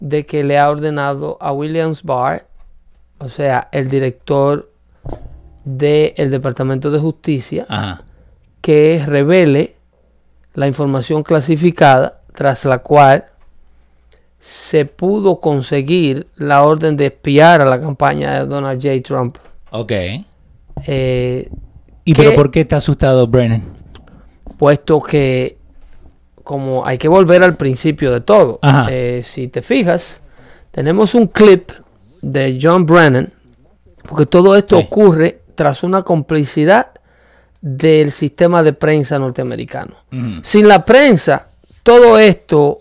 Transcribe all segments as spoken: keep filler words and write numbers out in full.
de que le ha ordenado a Williams Barr, o sea, el director del Departamento de Justicia, Ajá. que revele la información clasificada tras la cual se pudo conseguir la orden de espiar a la campaña de Donald J. Trump. Ok. Eh, ¿Y que, pero por qué está asustado Brennan? Puesto que, como hay que volver al principio de todo, eh, si te fijas, tenemos un clip de John Brennan, porque todo esto sí. ocurre tras una complicidad del sistema de prensa norteamericano. Uh-huh. Sin la prensa, todo esto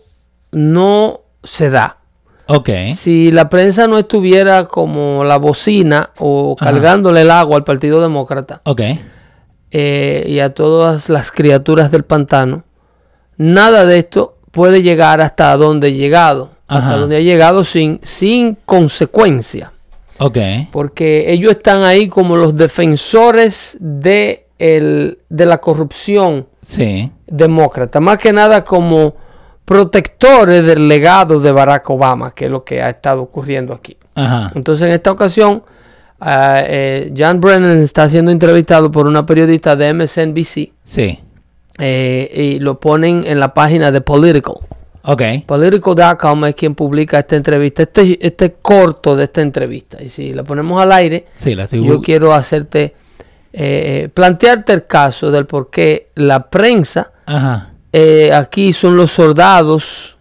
no se da. Okay. Si la prensa no estuviera como la bocina o cargándole el agua al Partido Demócrata, okay. eh, y a todas las criaturas del pantano, nada de esto puede llegar hasta donde ha llegado, Ajá. hasta donde ha llegado sin, sin consecuencia. Okay. Porque ellos están ahí como los defensores de, el, de la corrupción sí. demócrata, más que nada como protectores del legado de Barack Obama, que es lo que ha estado ocurriendo aquí. Ajá. Entonces, en esta ocasión, uh, eh, John Brennan está siendo entrevistado por una periodista de M S N B C. Sí. Eh, y lo ponen en la página de Political. Ok. Political punto com es quien publica esta entrevista, este, este corto de esta entrevista. Y si la ponemos al aire, sí, la estoy... yo quiero hacerte, eh, plantearte el caso del por qué la prensa... Ajá. Eh, aquí son los soldados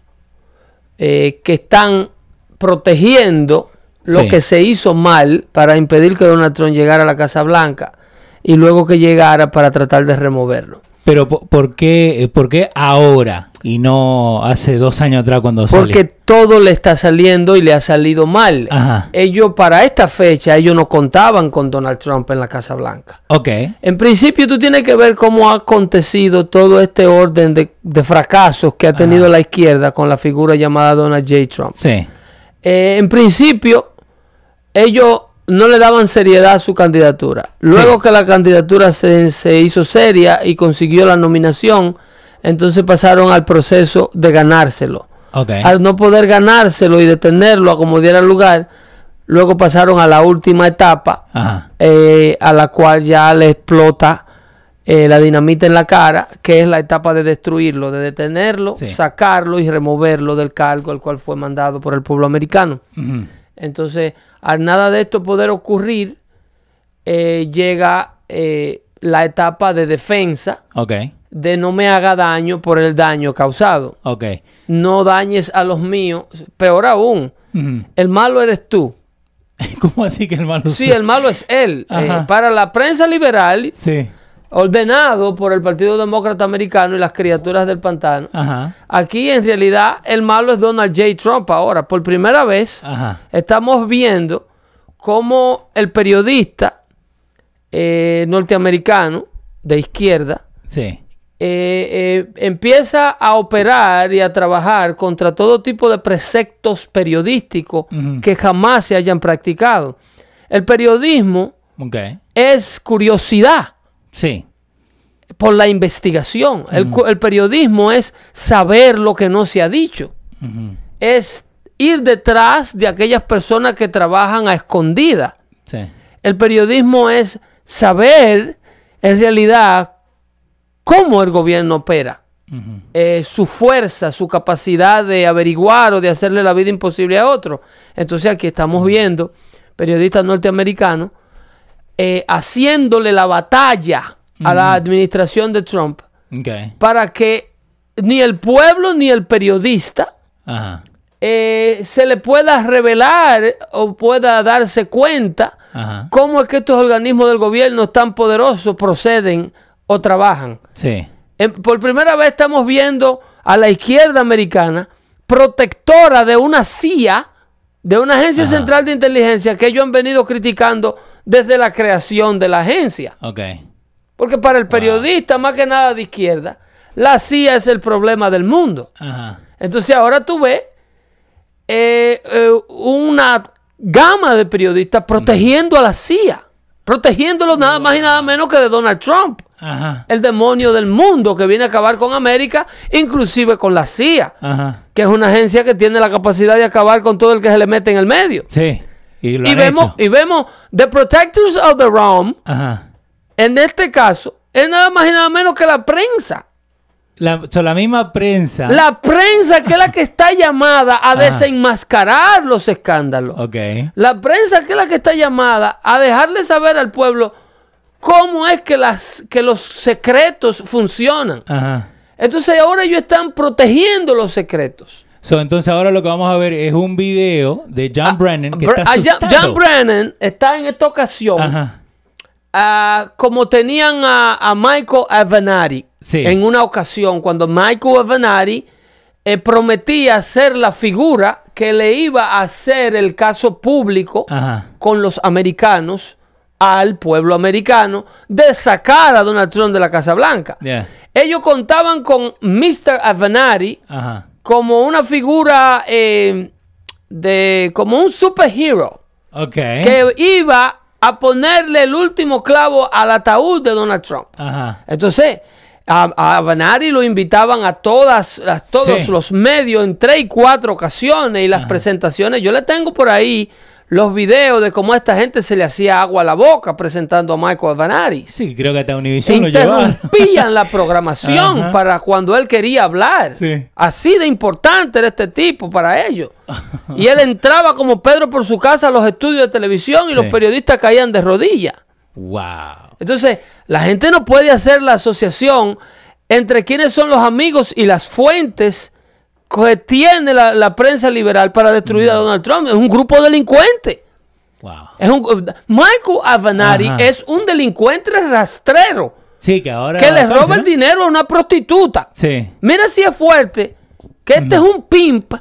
eh, que están protegiendo lo sí. que se hizo mal para impedir que Donald Trump llegara a la Casa Blanca y luego que llegara para tratar de removerlo. Pero ¿por qué, por qué ahora y no hace dos años atrás cuando salió? Porque todo le está saliendo y le ha salido mal. Ajá. Ellos para esta fecha, ellos no contaban con Donald Trump en la Casa Blanca. Ok. En principio tú tienes que ver cómo ha acontecido todo este orden de, de fracasos que ha tenido Ajá. la izquierda con la figura llamada Donald J. Trump. Sí. Eh, en principio, ellos no le daban seriedad a su candidatura. Luego sí. que la candidatura se, se hizo seria y consiguió la nominación, entonces pasaron al proceso de ganárselo. Okay. Al no poder ganárselo y detenerlo a como diera lugar, luego pasaron a la última etapa, eh, a la cual ya le explota eh, la dinamita en la cara, que es la etapa de destruirlo, de detenerlo, sí. sacarlo y removerlo del cargo al cual fue mandado por el pueblo americano. Uh-huh. Entonces, al nada de esto poder ocurrir, eh, llega eh, la etapa de defensa, okay. de no me haga daño por el daño causado. Okay. No dañes a los míos. Peor aún, uh-huh. el malo eres tú. ¿Cómo así que el malo? Sí, el malo es él. Eh, para la prensa liberal, sí. ordenado por el Partido Demócrata Americano y las criaturas del pantano, Ajá. aquí en realidad el malo es Donald J. Trump. Ahora, por primera vez, Ajá. estamos viendo cómo el periodista eh, norteamericano de izquierda sí. Eh, eh, empieza a operar y a trabajar contra todo tipo de preceptos periodísticos uh-huh. que jamás se hayan practicado. El periodismo okay. es curiosidad sí. por la investigación. Uh-huh. El, el periodismo es saber lo que no se ha dicho. Uh-huh. Es ir detrás de aquellas personas que trabajan a escondidas. Sí. El periodismo es saber en realidad cómo el gobierno opera, uh-huh. eh, su fuerza, su capacidad de averiguar o de hacerle la vida imposible a otro. Entonces aquí estamos viendo periodistas norteamericanos eh, haciéndole la batalla uh-huh. a la administración de Trump okay. para que ni el pueblo ni el periodista uh-huh. eh, se le pueda revelar o pueda darse cuenta uh-huh. cómo es que estos organismos del gobierno tan poderosos proceden o trabajan. Sí. En, por primera vez estamos viendo a la izquierda americana protectora de una C I A, de una agencia Ajá. central de inteligencia que ellos han venido criticando desde la creación de la agencia. Okay. Porque para el periodista, wow. más que nada de izquierda, la C I A es el problema del mundo. Ajá. Entonces ahora tú ves eh, eh, una gama de periodistas protegiendo a la C I A. protegiéndolo nada wow. más y nada menos que de Donald Trump. Ajá. El demonio del mundo que viene a acabar con América, inclusive con la C I A, Ajá. que es una agencia que tiene la capacidad de acabar con todo el que se le mete en el medio. Sí. Y, lo y, vemos, y vemos The Protectors of the Realm, Ajá. en este caso, es nada más y nada menos que la prensa. La, so, la misma prensa. La prensa que es la que está llamada a Ajá. desenmascarar los escándalos. Okay. La prensa que es la que está llamada a dejarle saber al pueblo cómo es que, las, que los secretos funcionan. Ajá. Entonces ahora ellos están protegiendo los secretos. So, entonces ahora lo que vamos a ver es un video de John ah, Brennan que está asustado. John Brennan está en esta ocasión uh, como tenían a, a Michael Avenatti sí. en una ocasión cuando Michael Avenatti eh, prometía ser la figura que le iba a hacer el caso público Ajá. con los americanos al pueblo americano de sacar a Donald Trump de la Casa Blanca. Yeah. Ellos contaban con mister Avenatti Ajá. como una figura eh, de como un superhero okay. que iba a ponerle el último clavo al ataúd de Donald Trump. Ajá. Entonces a, a Avenatti lo invitaban a todas a todos sí. los medios en tres y cuatro ocasiones y las Ajá. presentaciones. Yo le tengo por ahí los videos de cómo a esta gente se le hacía agua a la boca presentando a Michael Avenatti. Sí, creo que hasta Univision lo llevaron. Interrumpían la programación Ajá. para cuando él quería hablar. Sí. Así de importante era este tipo para ellos. Y él entraba como Pedro por su casa a los estudios de televisión y sí. los periodistas caían de rodillas. Wow. Entonces, la gente no puede hacer la asociación entre quiénes son los amigos y las fuentes que tiene la, la prensa liberal para destruir no. a Donald Trump. Es un grupo delincuente. Wow. Es un, Michael Avenatti Ajá. es un delincuente rastrero. Sí, que ahora que le roba ¿no? el dinero a una prostituta. Sí. Mira si es fuerte que este no. es un pimp.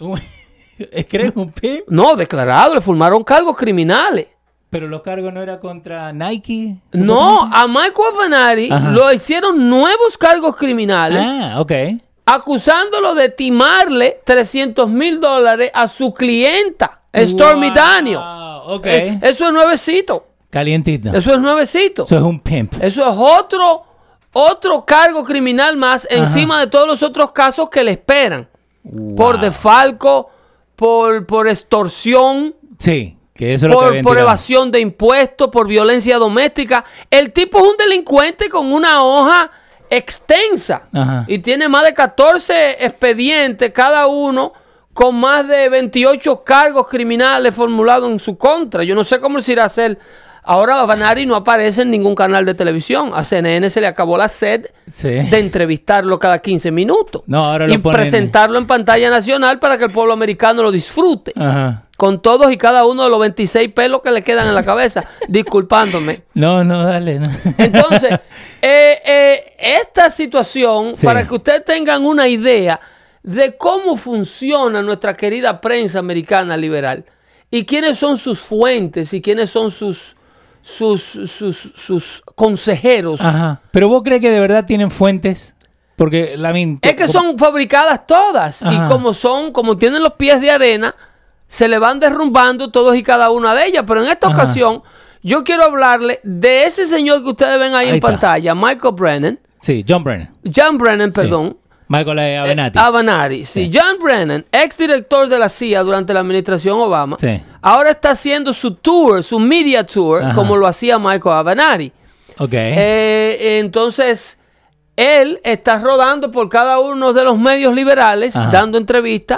¿Es que es un pimp? No, declarado, le formaron cargos criminales. Pero los cargos no eran contra Nike. No, a Michael Avenatti Ajá. lo hicieron nuevos cargos criminales. Ah, ok. Acusándolo de timarle trescientos mil dólares a su clienta, Stormy wow, Daniels. Okay. Eh, eso es nuevecito. Calientito. Eso es nuevecito. Eso es un pimp. Eso es otro, otro cargo criminal más Ajá. encima de todos los otros casos que le esperan. Wow. Por defalco, por, por extorsión. Sí. Que eso por, es lo que por evasión de impuestos, por violencia doméstica. El tipo es un delincuente con una hoja extensa Ajá. y tiene más de catorce expedientes, cada uno con más de veintiocho cargos criminales formulados en su contra. Yo no sé cómo se irá a hacer. Ahora Avenatti no aparece en ningún canal de televisión. A C N N se le acabó la sed sí. de entrevistarlo cada quince minutos no, ahora y lo ponen... presentarlo en pantalla nacional para que el pueblo americano lo disfrute. Ajá. Con todos y cada uno de los veintiséis pelos que le quedan en la cabeza, disculpándome. No, no, dale. No. Entonces, eh, eh, esta situación, sí. para que ustedes tengan una idea de cómo funciona nuestra querida prensa americana liberal y quiénes son sus fuentes y quiénes son sus, sus, sus, sus consejeros. Ajá. ¿Pero vos crees que de verdad tienen fuentes? Porque la Es que son fabricadas todas. Ajá. Y como son, como tienen los pies de arena, se le van derrumbando todos y cada una de ellas. Pero en esta Ajá. ocasión, yo quiero hablarle de ese señor que ustedes ven ahí, ahí en está. pantalla, Michael Brennan. Sí, John Brennan. John Brennan, perdón. Sí. Michael Avenatti. Eh, Avenatti, sí. sí. John Brennan, ex director de la C I A durante la administración Obama, sí. ahora está haciendo su tour, su media tour, Ajá. como lo hacía Michael Avenatti. Ok. Eh, entonces, él está rodando por cada uno de los medios liberales, Ajá. dando entrevistas,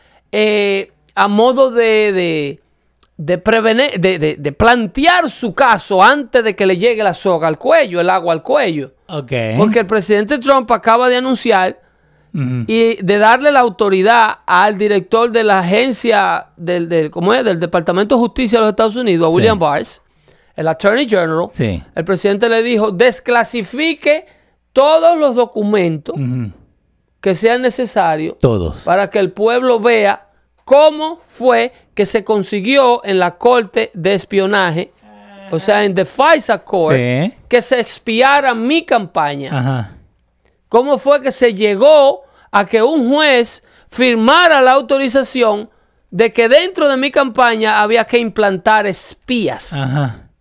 eh, a modo de, de, de prevenir, de, de, de plantear su caso antes de que le llegue la soga al cuello, el agua al cuello. Okay. Porque el presidente Trump acaba de anunciar uh-huh. y de darle la autoridad al director de la agencia del, del, ¿cómo es? del Departamento de Justicia de los Estados Unidos, a sí. William Barr, el Attorney General. Sí. El presidente le dijo, desclasifique todos los documentos uh-huh. que sean necesarios todos. para que el pueblo vea cómo fue que se consiguió en la corte de espionaje, o sea, en The FISA Court, sí. que se expiara mi campaña. Ajá. ¿Cómo fue que se llegó a que un juez firmara la autorización de que dentro de mi campaña había que implantar espías? Ajá.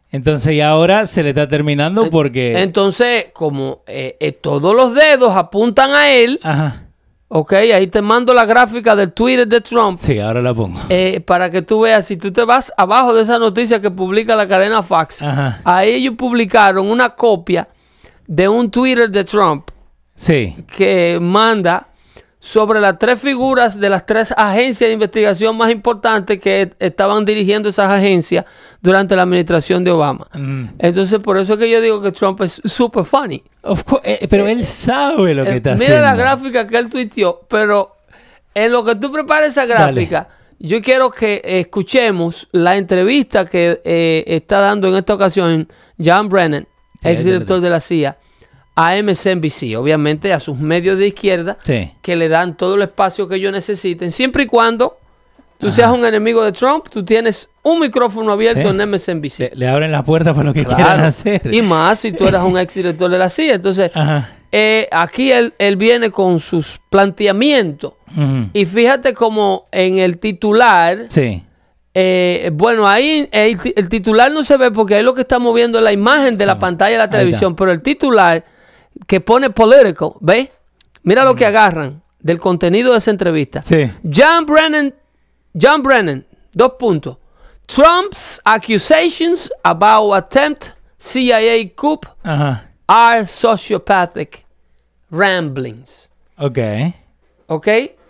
Entonces, y ahora se le está terminando porque... Entonces, como eh, eh, todos los dedos apuntan a él, Ajá. ok, ahí te mando la gráfica del Twitter de Trump. Sí, ahora la pongo. Eh, para que tú veas, si tú te vas abajo de esa noticia que publica la cadena Fox, Ajá. ahí ellos publicaron una copia de un Twitter de Trump. Sí. Que manda sobre las tres figuras de las tres agencias de investigación más importantes que estaban dirigiendo esas agencias durante la administración de Obama. Mm. Entonces, por eso es que yo digo que Trump es super funny. Of course, eh, pero él sabe lo que eh, está mira haciendo. Mira la gráfica que él tuiteó, pero en lo que tú prepares esa gráfica, Dale. Yo quiero que escuchemos la entrevista que eh, está dando en esta ocasión John Brennan, sí, exdirector de la C I A, a M S N B C, obviamente a sus medios de izquierda, sí. que le dan todo el espacio que ellos necesiten, siempre y cuando tú Ajá. seas un enemigo de Trump, tú tienes un micrófono abierto sí. en M S N B C. Le, le abren las puertas para lo que claro. quieran hacer. Y más si tú eras un exdirector de la C I A. Entonces, eh, aquí él, él viene con sus planteamientos. Uh-huh. Y fíjate como en el titular... Sí. Eh, bueno, ahí el, el titular no se ve porque ahí lo que estamos viendo es la imagen de la uh-huh. pantalla de la televisión, pero el titular... que pone political, ¿ves? Mira lo que agarran del contenido de esa entrevista. Sí. John Brennan, John Brennan, dos puntos. Trump's accusations about attempt C I A coup uh-huh. are sociopathic ramblings. Ok. Ok.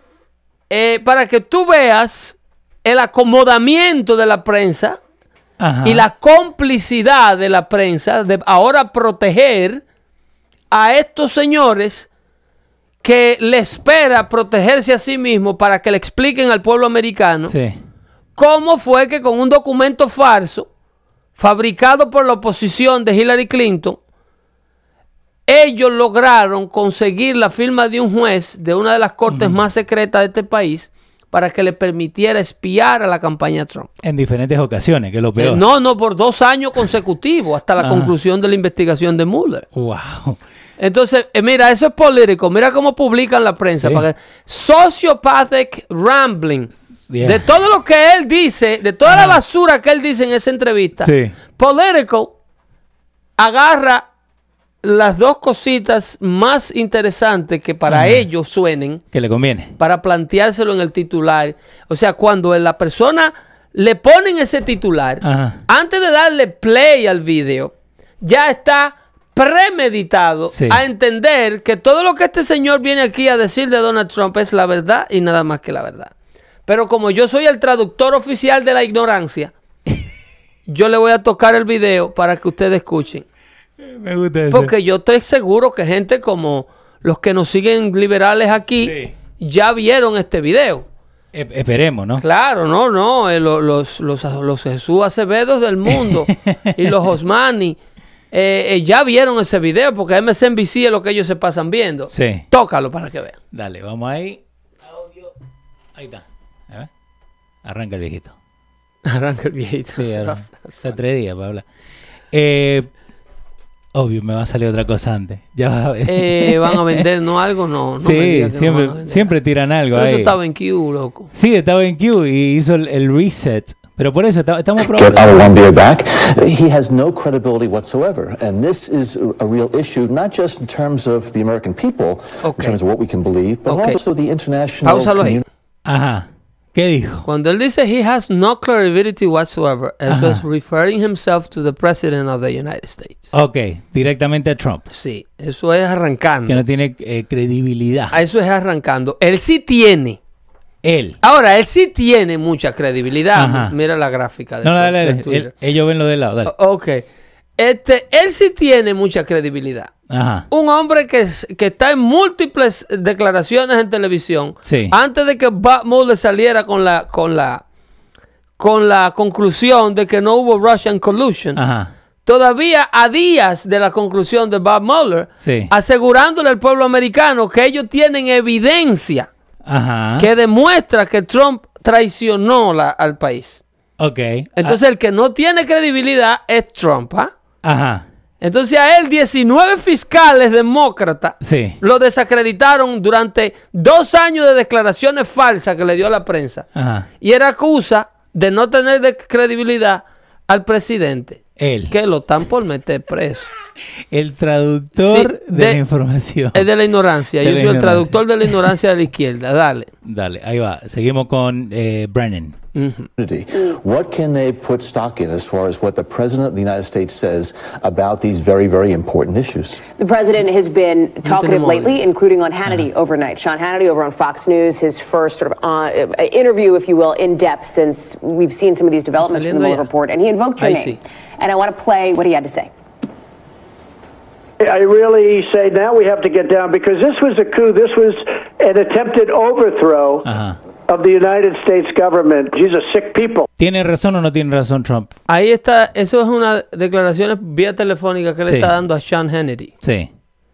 Eh, para que tú veas el acomodamiento de la prensa uh-huh. y la complicidad de la prensa de ahora proteger a estos señores que le espera protegerse a sí mismo para que le expliquen al pueblo americano sí. cómo fue que con un documento falso fabricado por la oposición de Hillary Clinton ellos lograron conseguir la firma de un juez de una de las cortes uh-huh. más secretas de este país para que le permitiera espiar a la campaña Trump. En diferentes ocasiones, que es lo peor. Eh, no, no, por dos años consecutivos hasta la uh-huh. conclusión de la investigación de Mueller. Wow. Entonces, eh, mira, eso es político. Mira cómo publican la prensa. Sí. Para que, sociopathic rambling. Yeah. De todo lo que él dice, de toda uh-huh. la basura que él dice en esa entrevista, sí. Politico agarra las dos cositas más interesantes que para uh-huh. ellos suenen. Que le conviene. Para planteárselo en el titular. O sea, cuando la persona le ponen ese titular, uh-huh. antes de darle play al video, ya está premeditado sí. a entender que todo lo que este señor viene aquí a decir de Donald Trump es la verdad y nada más que la verdad. Pero como yo soy el traductor oficial de la ignorancia, yo le voy a tocar el video para que ustedes escuchen. Me gusta eso. Porque yo estoy seguro que gente como los que nos siguen liberales aquí sí. ya vieron este video. E- esperemos, ¿no? Claro, no, no. Eh, los, los, los, los Jesús Acevedos del mundo y los Osmani eh, eh, ya vieron ese video porque M S N B C es lo que ellos se pasan viendo. Sí. Tócalo para que vean. Dale, vamos ahí. Audio. Ahí está. A ver. Arranca el viejito. Arranca el viejito. Sí, ahora. Está tres días para hablar. Eh... Obvio, me va a salir otra cosa antes. Ya vas a ver. Eh, ¿Van a vender no algo? No, no sí, me digas que siempre, no van a siempre tiran algo. Pero ahí. eso estaba en Q, loco. Sí, estaba en Q y hizo el, el reset. Pero por eso está, estamos probando. Get our one beer back. He has no credibility whatsoever. And this is a real issue, not just in terms of the American people, okay. in terms of what we can believe, but okay. also the international Páusalo ahí. Ajá. ¿Qué dijo? Cuando él dice he has no credibility whatsoever, eso es referring himself to the president of the United States. Ok, directamente a Trump. Sí, eso es arrancando. Que no tiene eh, credibilidad. Eso es arrancando. Él sí tiene. Él. Ahora, él sí tiene mucha credibilidad. Ajá. Mira la gráfica de, no, su, dale, dale. de Twitter. Él, ellos ven lo del lado, dale. O- ok. Este, él sí tiene mucha credibilidad. Ajá. Un hombre que, que está en múltiples declaraciones en televisión. Sí. Antes de que Bob Mueller saliera con la, con la, con la conclusión de que no hubo Russian collusion. Ajá. Todavía a días de la conclusión de Bob Mueller, sí. asegurándole al pueblo americano que ellos tienen evidencia Ajá. que demuestra que Trump traicionó la, al país. Ok. Entonces ah. el que no tiene credibilidad es Trump, ¿ah? Ajá. Entonces a él diecinueve fiscales demócratas sí. lo desacreditaron durante dos años de declaraciones falsas que le dio a la prensa. Ajá. Y era acusa de no tener de credibilidad al presidente. Él. Que lo están por meter preso. El traductor sí, de, de la información. Es de la ignorancia. De Yo la soy ignorancia. El traductor de la ignorancia de la izquierda. Dale. Dale, ahí va. Seguimos con eh, Brennan. Mm-hmm. What can they put stock in as far as what the President of the United States says about these very, very important issues? The President has been talkative lately, including on Hannity uh-huh. overnight. Sean Hannity over on Fox News, his first sort of uh, interview, if you will, in depth since we've seen some of these developments from the Mueller report, and he invoked your I name. See. And I want to play what he had to say. I really say now we have to get down because this was a coup. This was an attempted overthrow uh-huh. of the United States government. These are sick people. ¿Tiene razón o no tiene razón Trump? Ahí está. Eso es una declaración vía telefónica que sí. le está dando a Sean Hannity. Sí.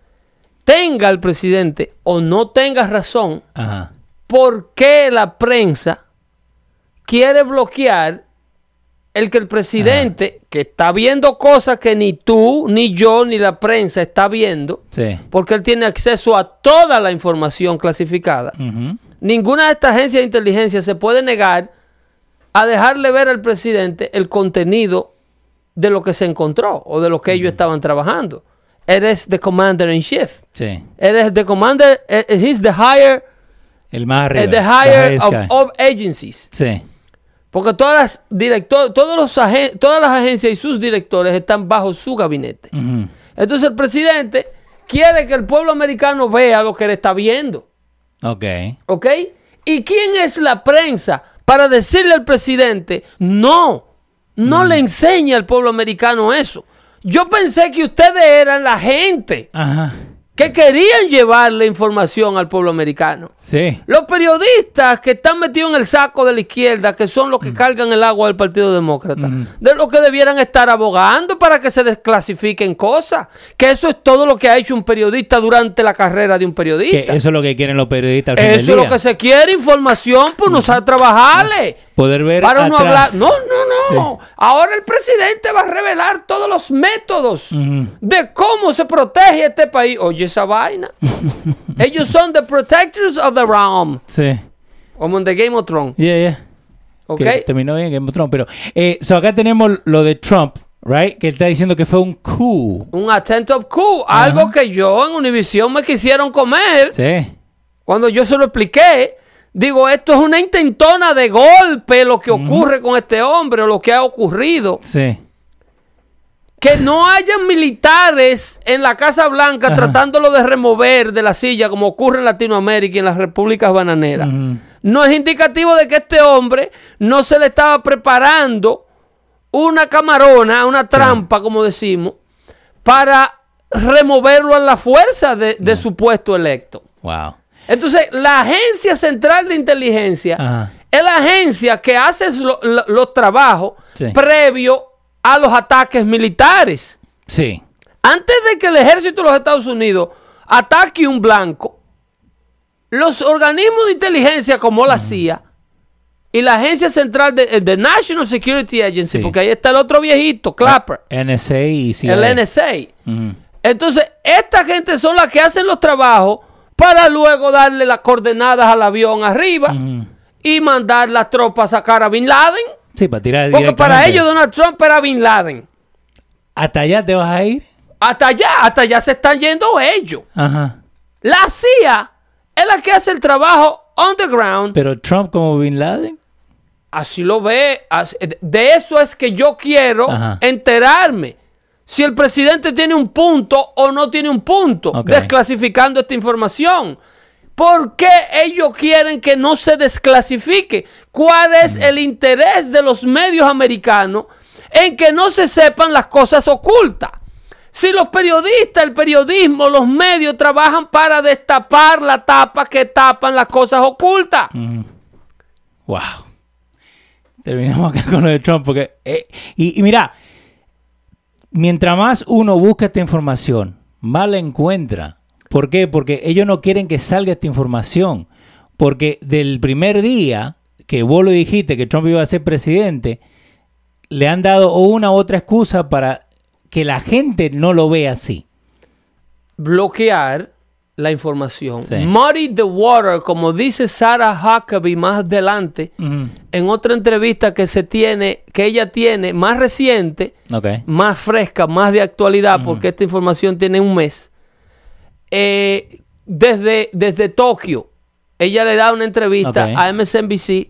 Tenga el presidente o no tenga razón, Ajá. ¿por qué la prensa quiere bloquear el que el presidente, Ajá. que está viendo cosas que ni tú, ni yo, ni la prensa está viendo, sí. porque él tiene acceso a toda la información clasificada? Uh-huh. Ninguna de estas agencias de inteligencia se puede negar a dejarle ver al presidente el contenido de lo que se encontró o de lo que uh-huh. ellos estaban trabajando. Eres the commander in chief. Sí. Eres the commander, he's the higher, el más arriba, the higher of, of agencies. Sí. Porque todas las director, todos los agen, todas las agencias y sus directores están bajo su gabinete. Uh-huh. Entonces el presidente quiere que el pueblo americano vea lo que él está viendo. Ok. ¿Ok? ¿Y quién es la prensa para decirle al presidente, no, no uh-huh. le enseñe al pueblo americano eso? Yo pensé que ustedes eran la gente Ajá. que querían llevarle información al pueblo americano. Sí. Los periodistas que están metidos en el saco de la izquierda, que son los que mm. cargan el agua del Partido Demócrata, mm. de los que debieran estar abogando para que se desclasifiquen cosas. Que eso es todo lo que ha hecho un periodista durante la carrera de un periodista. Que eso es lo que quieren los periodistas al fin Eso del día. es lo que se quiere, información, pues no sabe trabajarle. Poder ver para no atrás. hablar. No, no, no. Sí. Ahora el presidente va a revelar todos los métodos uh-huh. de cómo se protege este país. Oye, esa vaina. Ellos son the protectors of the realm. Sí. Como en The Game of Thrones. Yeah, yeah. Okay. Que terminó bien Game of Thrones. Pero, eh, so acá tenemos lo de Trump, right? Que está diciendo que fue un coup. Un attempt of coup. Uh-huh. Algo que yo en Univision me quisieron comer. Sí. Cuando yo se lo expliqué. Digo, esto es una intentona de golpe lo que ocurre mm. con este hombre o lo que ha ocurrido. Sí. Que no hayan militares en la Casa Blanca Ajá. tratándolo de remover de la silla como ocurre en Latinoamérica y en las repúblicas bananeras. Mm. No es indicativo de que este hombre no se le estaba preparando una camarona, una trampa, sí. como decimos, para removerlo a la fuerza de, de mm. su puesto electo. Wow. Entonces, la Agencia Central de Inteligencia Ajá. es la agencia que hace lo, lo, los trabajos sí. previo a los ataques militares. Sí. Antes de que el ejército de los Estados Unidos ataque un blanco, los organismos de inteligencia como la uh-huh. C I A y la Agencia Central de, de National Security Agency, sí. porque ahí está el otro viejito, Clapper. N S A y C I A. El N S A. Uh-huh. Entonces, esta gente son las que hacen los trabajos para luego darle las coordenadas al avión arriba uh-huh. y mandar las tropas a sacar a Bin Laden. Sí, para tirar Porque para ellos Donald Trump era Bin Laden. ¿Hasta allá te vas a ir? Hasta allá, hasta allá se están yendo ellos. Ajá. La C I A es la que hace el trabajo on the ground. Pero Trump como Bin Laden. Así lo ve. Así, de eso es que yo quiero Ajá. enterarme. Si el presidente tiene un punto o no tiene un punto, okay. desclasificando esta información. ¿Por qué ellos quieren que no se desclasifique? ¿Cuál es mm. el interés de los medios americanos en que no se sepan las cosas ocultas? Si los periodistas, el periodismo, los medios trabajan para destapar la tapa que tapan las cosas ocultas. Mm. Wow. Terminamos acá con lo de Trump porque... Eh, y, y mira... Mientras más uno busca esta información, más la encuentra. ¿Por qué? Porque ellos no quieren que salga esta información. Porque del primer día que vos lo dijiste, que Trump iba a ser presidente, le han dado una u otra excusa para que la gente no lo vea así. Bloquear la información. Sí. Muddy the water, como dice Sarah Huckabee más adelante, uh-huh. en otra entrevista que se tiene, que ella tiene, más reciente, okay. más fresca, más de actualidad, uh-huh. porque esta información tiene un mes. Eh, desde, desde Tokio, ella le da una entrevista okay. a M S N B C.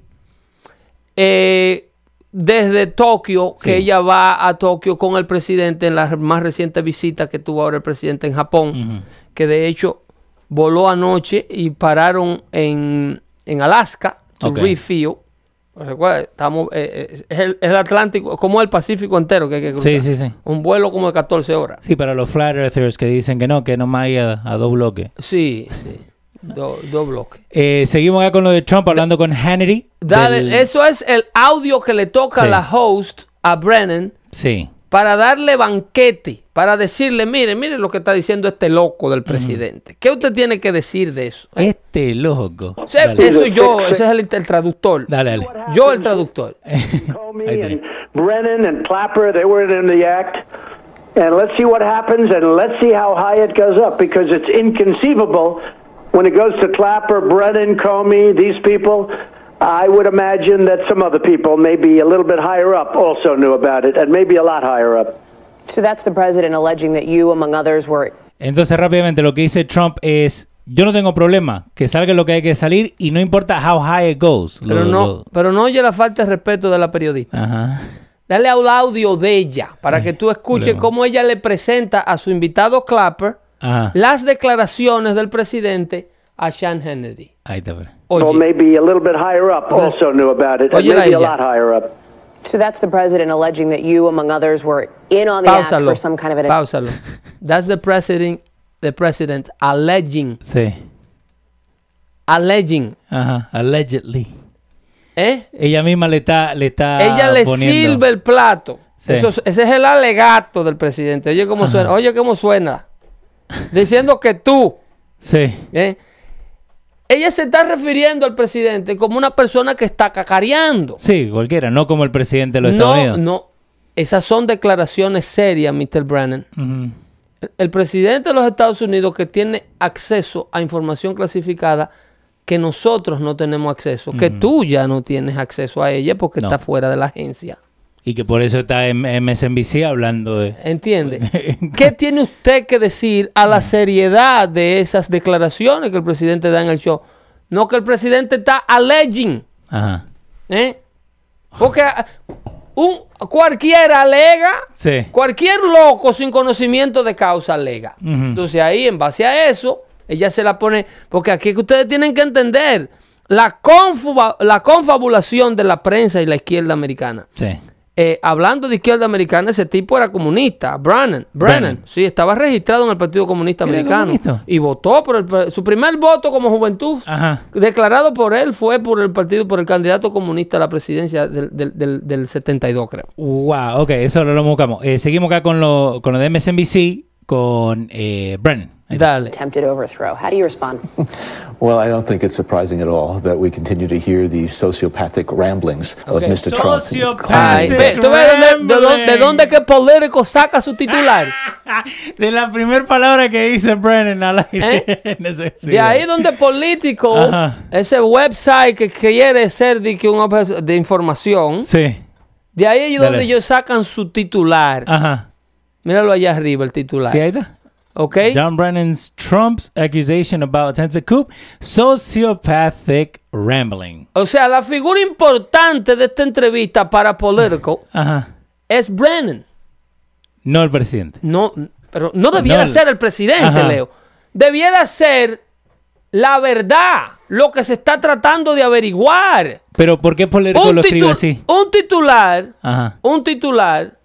Eh, desde Tokio, sí. que ella va a Tokio con el presidente en la más reciente visita que tuvo ahora el presidente en Japón, uh-huh. que de hecho voló anoche y pararon en, en Alaska to okay. refuel. Recuerda, estamos, eh, es, el, es el Atlántico, como el Pacífico entero que hay que cruzar. Sí, sí, sí. Un vuelo como de catorce horas. Sí, para los flat earthers que dicen que no, que nomás hay a, a dos bloques. Sí, sí. Dos do bloques. Eh, seguimos acá con lo de Trump, hablando con Hannity. Dale, del... Eso es el audio que le toca sí. a la host, a Brennan. Sí. Para darle banquete, para decirle, mire, mire lo que está diciendo este loco del presidente. Uh-huh. ¿Qué usted tiene que decir de eso? ¿Eh? Este loco. O sea, eso yo, ese es el, el traductor. Dale, dale. Yo el traductor. and Brennan and Clapper, they were in the act. And let's see what happens and let's see how high it goes up, because it's inconceivable when it goes to Clapper, Brennan, Comey, these people. I would imagine that some other people, maybe a little bit higher up, also knew about it, and maybe a lot higher up. So that's the president alleging that you, among others, were... Entonces, rápidamente, lo que dice Trump es, yo no tengo problema, que salga lo que hay que salir y no importa how high it goes. Pero, lo, no, lo... pero no oye la falta de respeto de la periodista. Ajá. Dale al audio de ella para que tú escuches problema. Cómo ella le presenta a su invitado Clapper Ajá. las declaraciones del presidente a Sean Hannity. Ahí está. Or maybe a little bit higher up also knew about it. And maybe a lot higher up. So that's the president alleging that you, among others, were in on the Páusalo. act for some kind of an... Páusalo. That's the president, the president alleging. Sí. Alleging. Ajá. Allegedly. ¿Eh? Ella misma le está, le está Ella le poniendo... sirve el plato. Sí. Eso, ese es el alegato del presidente. Oye cómo Ajá. suena. Oye cómo suena. Diciendo que tú. Sí. ¿Eh? Ella se está refiriendo al presidente como una persona que está cacareando. Sí, cualquiera, no como el presidente de los Estados no, Unidos. No, esas son declaraciones serias, mister Brennan. Uh-huh. el, el presidente de los Estados Unidos, que tiene acceso a información clasificada que nosotros no tenemos acceso, uh-huh. que tú ya no tienes acceso a ella porque no. está fuera de la agencia. Y que por eso está en M S N B C hablando de... ¿Entiende? ¿Qué tiene usted que decir a la seriedad de esas declaraciones que el presidente da en el show? No, que el presidente está alleging. Ajá. ¿Eh? Porque un, cualquiera alega, sí. cualquier loco sin conocimiento de causa alega. Uh-huh. Entonces ahí, en base a eso, ella se la pone... Porque aquí es que ustedes tienen que entender la, confuba, la confabulación de la prensa y la izquierda americana. Sí. Eh, hablando de izquierda americana, ese tipo era comunista, Brennan, Brennan, Brennan. Sí, estaba registrado en el Partido Comunista Americano comunista? y votó por el, su primer voto como juventud, Ajá. declarado por él, fue por el partido, por el candidato comunista a la presidencia del, del, del, del setenta y dos, creo. Wow, ok, eso lo buscamos. Eh, seguimos acá con lo, con lo de M S N B C, con eh, Brennan. Dale. Attempted overthrow. How do you respond? Well, I don't think it's surprising at all that we continue to hear these sociopathic ramblings okay. of mister Trump. Sociopathic Ay, ¿tú ves de, de, de, de dónde que Político saca su titular? De la primera palabra que dice Brennan al aire. ¿Eh? De ahí donde Político, Ajá. ese website que quiere ser de, que un, de información, sí. de ahí es donde ellos sacan su titular. Ajá. Míralo allá arriba, el titular. Sí, ahí está. Okay. John Brennan's Trump's accusation about attempted coup, sociopathic rambling. O sea, la figura importante de esta entrevista para Politico Ajá. es Brennan. No el presidente. No, pero no debiera no, ser el presidente, Ajá. Leo. Debiera ser la verdad, lo que se está tratando de averiguar. Pero ¿por qué Politico lo escribe así? Un titular, Ajá. un titular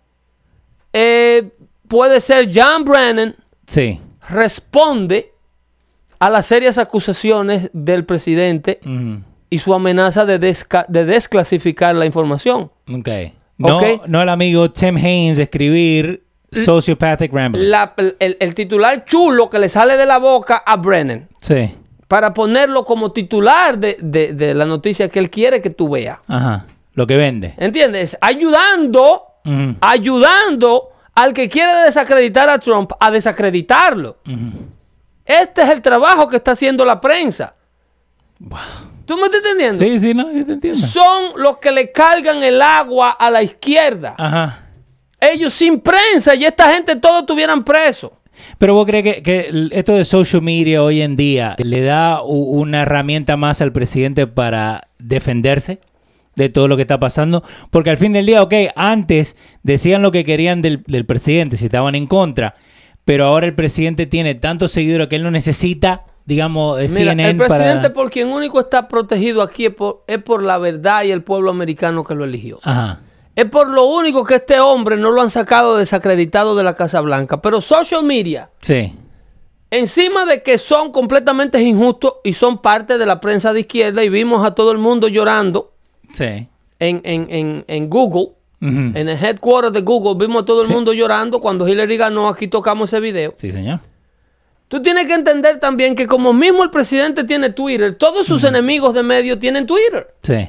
eh, puede ser John Brennan. Sí. Responde a las serias acusaciones del presidente uh-huh. y su amenaza de, desca- de desclasificar la información. Okay. No, okay. no el amigo Tim Haynes escribir sociopathic rambling. La, el, el titular chulo que le sale de la boca a Brennan. Sí. Para ponerlo como titular de, de, de la noticia que él quiere que tú veas. Ajá. Lo que vende. ¿Entiendes? Ayudando, uh-huh. ayudando al que quiere desacreditar a Trump a desacreditarlo. Uh-huh. Este es el trabajo que está haciendo la prensa. Wow. ¿Tú me estás entendiendo? Sí, sí, no, yo te entiendo. Son los que le cargan el agua a la izquierda. Ajá. Ellos sin prensa y esta gente todos estuvieran presos. Pero vos crees que, que esto de social media hoy en día le da u, una herramienta más al presidente para defenderse de todo lo que está pasando, porque al fin del día, ok, antes decían lo que querían del, del presidente, si estaban en contra, pero ahora el presidente tiene tantos seguidores que él no necesita, digamos, Mira, C N N el presidente para... por quien único está protegido aquí es por, es por la verdad y el pueblo americano que lo eligió. Ajá. Es por lo único que este hombre no lo han sacado desacreditado de la Casa Blanca, pero social media... Sí. Encima de que son completamente injustos y son parte de la prensa de izquierda y vimos a todo el mundo llorando sí. en, en, en, en Google, uh-huh. en el headquarters de Google, vimos a todo el sí. mundo llorando cuando Hillary ganó. Aquí tocamos ese video. Sí, señor. Tú tienes que entender también que como mismo el presidente tiene Twitter, todos sus uh-huh. enemigos de medio tienen Twitter. Sí.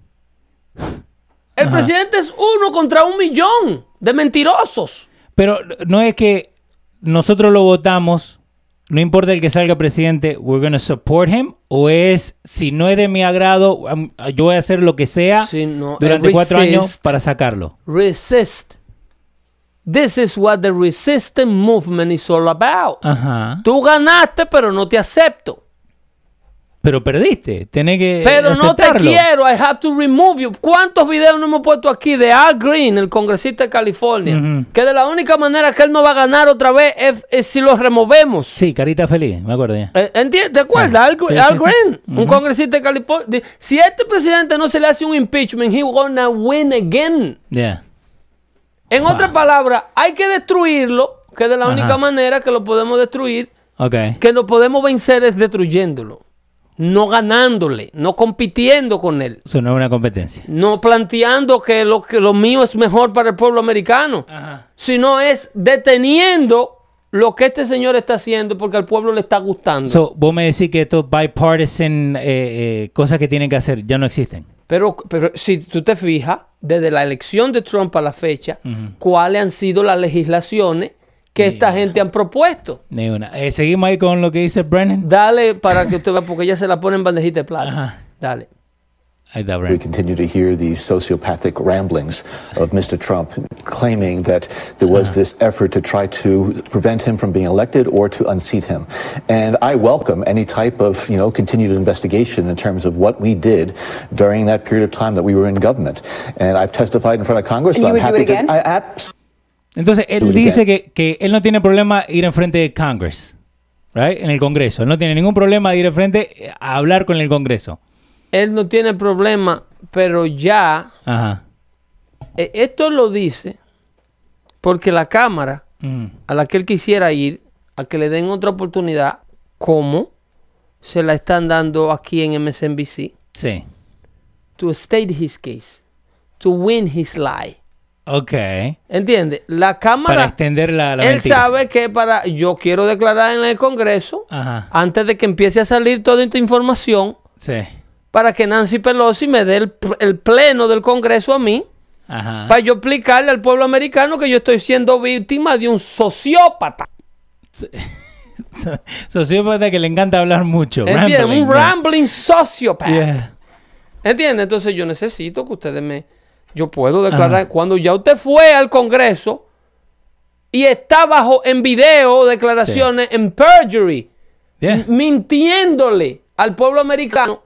El Ajá. presidente es uno contra un millón de mentirosos. Pero no es que nosotros lo votamos... No importa el que salga presidente, we're going to support him, o es, si no es de mi agrado, um, yo voy a hacer lo que sea sí, no, durante cuatro años para sacarlo. Resist. This is what the resistance movement is all about. Ajá. Tú ganaste, pero no te acepto. Pero perdiste, tenés que Pero aceptarlo. No te quiero, I have to remove you. ¿Cuántos videos no hemos puesto aquí de Al Green, el congresista de California? Uh-huh. Que de la única manera que él no va a ganar otra vez es, es si lo removemos. Sí, carita feliz, me acuerdo ya. Eh, ¿Entiendes? ¿Te acuerdas? Sí. Al, Sí, Al sí, Green, sí. Uh-huh. un congresista de California. Si este presidente no se le hace un impeachment, he gonna win again. Yeah. En wow. otras palabras, hay que destruirlo, que de la Ajá. única manera que lo podemos destruir, okay. que lo podemos vencer es destruyéndolo. No ganándole, no compitiendo con él. Eso no es una competencia. No planteando que lo, que lo mío es mejor para el pueblo americano. Ajá. Sino es deteniendo lo que este señor está haciendo porque al pueblo le está gustando. So, vos me decís que estos bipartisan eh, eh, cosas que tienen que hacer ya no existen. Pero, pero si tú te fijas, desde la elección de Trump a la fecha, uh-huh. ¿cuáles han sido las legislaciones que Ni esta una. gente han propuesto? Ni una. Eh, Seguimos ahí con lo que dice Brennan. Dale para que usted vea, porque ella se la pone en bandejita de plata. Ajá. Dale. Ahí está, Brennan. We continue to hear these sociopathic ramblings of Mister Trump claiming that there was uh-huh. this effort to try to prevent him from being elected or to unseat him. And I welcome any type of, you know, continued investigation in terms of what we did during that period of time that we were in government. And I've testified in front of Congress. And so you I'm would happy do it again? to. I, abs- Entonces, él dice que, que él no tiene problema ir enfrente de Congress, right? En el Congreso. Él no tiene ningún problema de ir enfrente a hablar con el Congreso. Él no tiene problema, pero ya... Ajá. Eh, esto lo dice porque la Cámara mm. a la que él quisiera ir, a que le den otra oportunidad, como se la están dando aquí en M S N B C. Sí. To state his case. To win his lie. Ok. ¿Entiendes? La Cámara... Para extender la, la Él mentira. sabe que para... Yo quiero declarar en el Congreso, Ajá. antes de que empiece a salir toda esta información, sí. para que Nancy Pelosi me dé el, el pleno del Congreso a mí, Ajá. para yo explicarle al pueblo americano que yo estoy siendo víctima de un sociópata. Sí. Sociópata que le encanta hablar mucho. ¿Entiendes? Rambling, un rambling sociópata. Yeah. ¿Entiendes? Entonces yo necesito que ustedes me... Yo puedo declarar, ajá. cuando ya usted fue al Congreso y está bajo en video declaraciones sí. en perjury, yeah. mintiéndole al pueblo americano.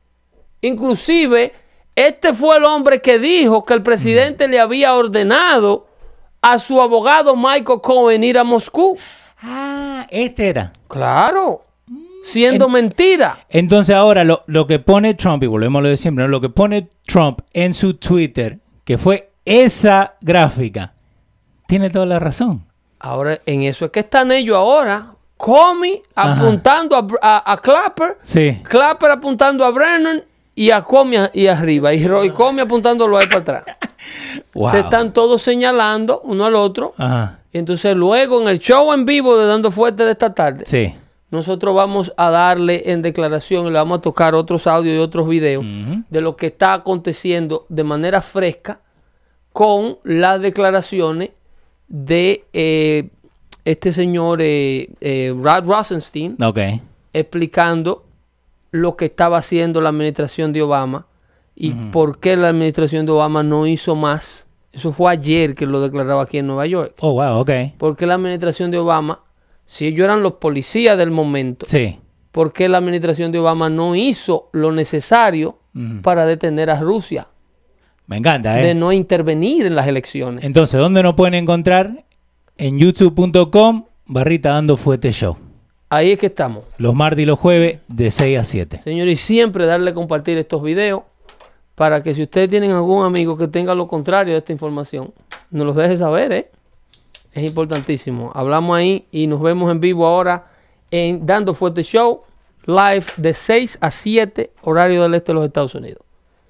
Inclusive, este fue el hombre que dijo que el presidente mm. le había ordenado a su abogado Michael Cohen ir a Moscú. Ah, este era. Claro. Siendo en, mentira. Entonces ahora lo, lo que pone Trump, y volvemos a lo de siempre, ¿no? Lo que pone Trump en su Twitter, que fue esa gráfica, tiene toda la razón. Ahora, en eso es que están ellos ahora. Comey apuntando a, a, a Clapper, sí. Clapper apuntando a Brennan y a Comey y arriba, y Roy Comey apuntándolo ahí para atrás. Wow. Se están todos señalando uno al otro. Ajá. Y entonces luego en el show en vivo de Dando Fuerte de esta tarde, sí. nosotros vamos a darle en declaración y le vamos a tocar otros audios y otros videos uh-huh. de lo que está aconteciendo de manera fresca con las declaraciones de eh, este señor eh, eh, Rod Rosenstein okay. explicando lo que estaba haciendo la administración de Obama y uh-huh. por qué la administración de Obama no hizo más. Eso fue ayer que lo declaraba aquí en Nueva York. Oh, wow, ok. Porque la administración de Obama, si ellos eran los policías del momento, sí. ¿por qué la administración de Obama no hizo lo necesario uh-huh. para detener a Rusia? Me encanta, ¿eh? De no intervenir en las elecciones. Entonces, ¿dónde nos pueden encontrar? En youtube punto com, barrita Dando Fuete Show. Ahí es que estamos. Los martes y los jueves de seis a siete. Señor, y siempre darle a compartir estos videos para que si ustedes tienen algún amigo que tenga lo contrario de esta información, nos los deje saber, ¿eh? Es importantísimo. Hablamos ahí y nos vemos en vivo ahora en Dando Fuete Show, live de seis a siete, horario del este de los Estados Unidos.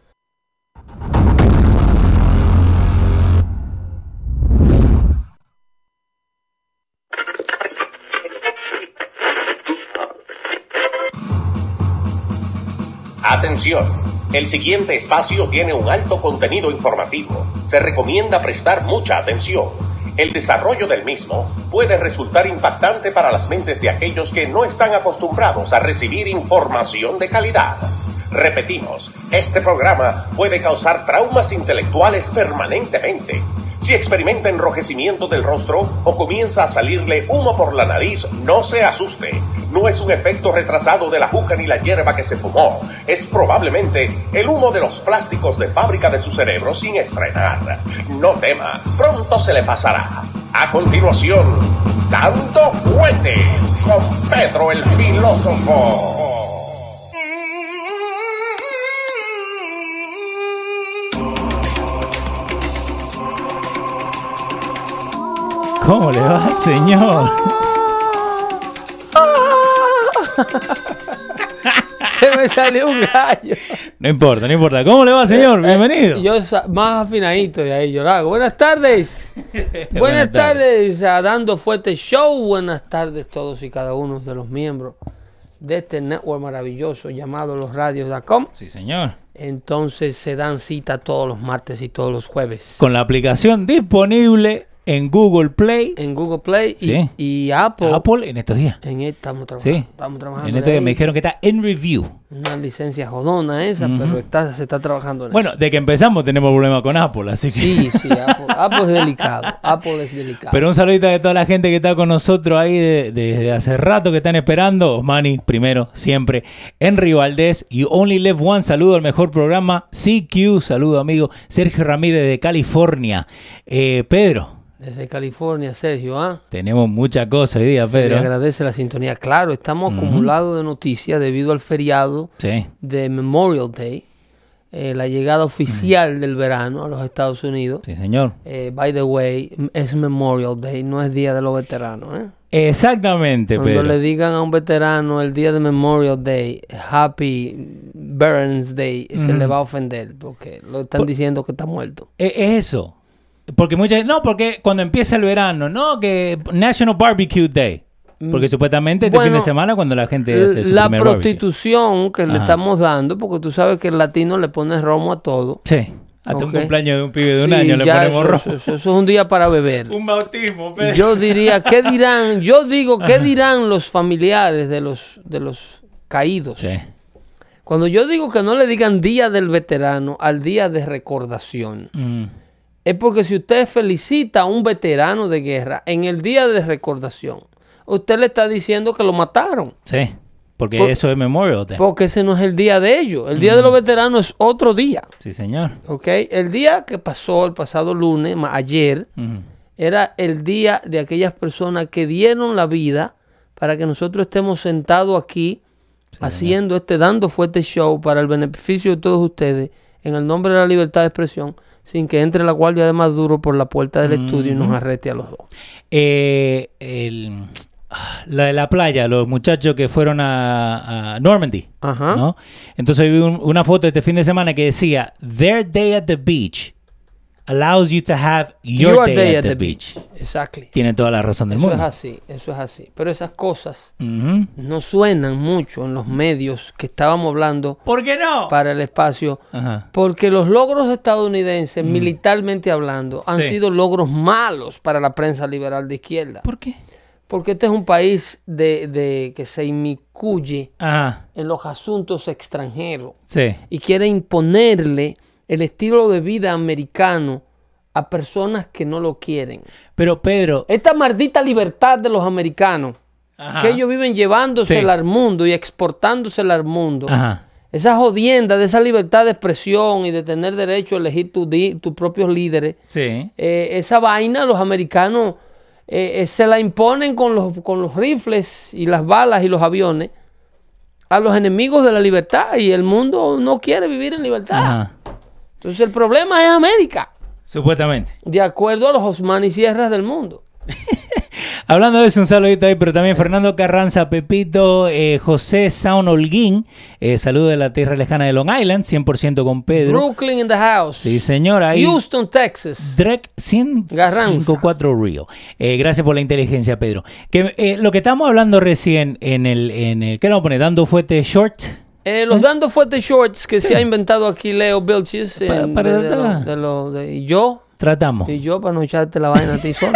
Atención, el siguiente espacio tiene un alto contenido informativo. Se recomienda prestar mucha atención. El desarrollo del mismo puede resultar impactante para las mentes de aquellos que no están acostumbrados a recibir información de calidad. Repetimos, este programa puede causar traumas intelectuales permanentemente. Si experimenta enrojecimiento del rostro o comienza a salirle humo por la nariz, no se asuste. No es un efecto retrasado de la juca ni la hierba que se fumó. Es probablemente el humo de los plásticos de fábrica de su cerebro sin estrenar. No tema, pronto se le pasará. A continuación, Dando Fuete con Pedro el Filósofo. ¿Cómo le va, señor? Se me salió un gallo. No importa, no importa. ¿Cómo le va, señor? Bienvenido. Yo más afinadito de ahí, yo lo hago. Buenas tardes. Buenas, Buenas tardes. tardes a Dando Fuete Show. Buenas tardes todos y cada uno de los miembros de este network maravilloso llamado los radios punto com. Sí, señor. Entonces se dan cita todos los martes y todos los jueves. Con la aplicación disponible en Google Play. En Google Play sí. y, y Apple. Apple en estos días. En estamos trabajando. Sí. Estamos trabajando. En estos días me dijeron que está en review. Una licencia jodona esa, uh-huh. pero está, se está trabajando en bueno, eso. De que empezamos tenemos problemas con Apple, así que... Sí, sí, Apple, Apple es delicado. Apple es delicado. Pero un saludito de toda la gente que está con nosotros ahí desde de, de hace rato que están esperando. Osmani, primero, siempre. Henry Valdés, You Only Live One, saludo al mejor programa. C Q, saludo amigo. Sergio Ramírez de California. Eh, Pedro. Desde California, Sergio, ¿ah? ¿eh? Tenemos muchas cosas hoy día, Pedro. Se le agradece la sintonía. Claro, estamos uh-huh. acumulados de noticias debido al feriado sí. de Memorial Day, eh, la llegada oficial uh-huh. del verano a los Estados Unidos. Sí, señor. Eh, by the way, es Memorial Day, no es Día de los Veteranos, ¿eh? Exactamente, Cuando Pedro. le digan a un veterano el día de Memorial Day, Happy Veterans Day, uh-huh. se le va a ofender porque lo están Por, diciendo que está muerto. Es eso. Porque muchas no, porque cuando empieza el verano, no, que National Barbecue Day. Porque supuestamente este bueno, fin de semana cuando la gente hace su la primer prostitución barbecue. que Ajá. le estamos dando, porque tú sabes que el latino le pone romo a todo. Sí. Hasta okay. un cumpleaños de un pibe de un sí, año le ponemos eso, romo. Eso, eso, eso es un día para beber. Un bautismo, pero... Yo diría, ¿qué dirán? Yo digo, ¿qué Ajá. dirán los familiares de los, de los caídos? Sí. Cuando yo digo que no le digan día del veterano al día de recordación. Mm. Es porque si usted felicita a un veterano de guerra en el día de recordación, usted le está diciendo que lo mataron. Sí, porque Por, eso es Memorial Day. Porque ese no es el día de ellos. El día mm. de los veteranos es otro día. Sí, señor. ¿Ok? El día que pasó el pasado lunes, ayer, mm. era el día de aquellas personas que dieron la vida para que nosotros estemos sentados aquí sí, haciendo señor. este Dando Fuete Show para el beneficio de todos ustedes, en el nombre de la libertad de expresión, sin que entre la guardia de Maduro por la puerta del mm-hmm. estudio y nos arreste a los dos. Eh, el, la de la playa, los muchachos que fueron a, a Normandy, Ajá. ¿no? Entonces vi un, una foto este fin de semana que decía, Their day at the beach allows you to have your, your day, day at, at the, the beach. beach. Exactly. Tiene toda la razón del eso mundo. Eso es así, eso es así. Pero esas cosas uh-huh. no suenan mucho en los medios que estábamos hablando. ¿Por qué no? Para el espacio. Uh-huh. Porque los logros estadounidenses, mm. militarmente hablando, han sí. sido logros malos para la prensa liberal de izquierda. ¿Por qué? Porque este es un país de, de que se inmiscuye Ajá. en los asuntos extranjeros. Sí. Y quiere imponerle el estilo de vida americano a personas que no lo quieren. Pero, Pedro... Esta maldita libertad de los americanos, Ajá. que ellos viven llevándosela sí. al mundo y exportándosela al mundo. Ajá. Esa jodienda de esa libertad de expresión y de tener derecho a elegir tus tu propios líderes. Sí. Eh, esa vaina los americanos... Eh, eh, se la imponen con los, con los rifles y las balas y los aviones a los enemigos de la libertad, y el mundo no quiere vivir en libertad. Ajá. Entonces el problema es América. Supuestamente. De acuerdo a los Osman y Sierras del mundo. Hablando de eso, un saludito ahí, pero también Fernando Carranza, Pepito, eh, José Saun Holguín, eh, saludo de la tierra lejana de Long Island, cien por ciento con Pedro. Brooklyn in the house. Sí, señora. Houston, Texas. Drek ciento cincuenta y cuatro Rio. Eh, gracias por la inteligencia, Pedro. Que eh, lo que estamos hablando recién en el, en el ¿qué le vamos a poner? Dando fuerte short. Eh, los ¿Eh? Dando fuerte shorts que sí. se ha inventado aquí Leo Vilches. Para, en, para de, de, lo, de lo, de, y yo. Tratamos. Y yo para no echarte la vaina a ti solo.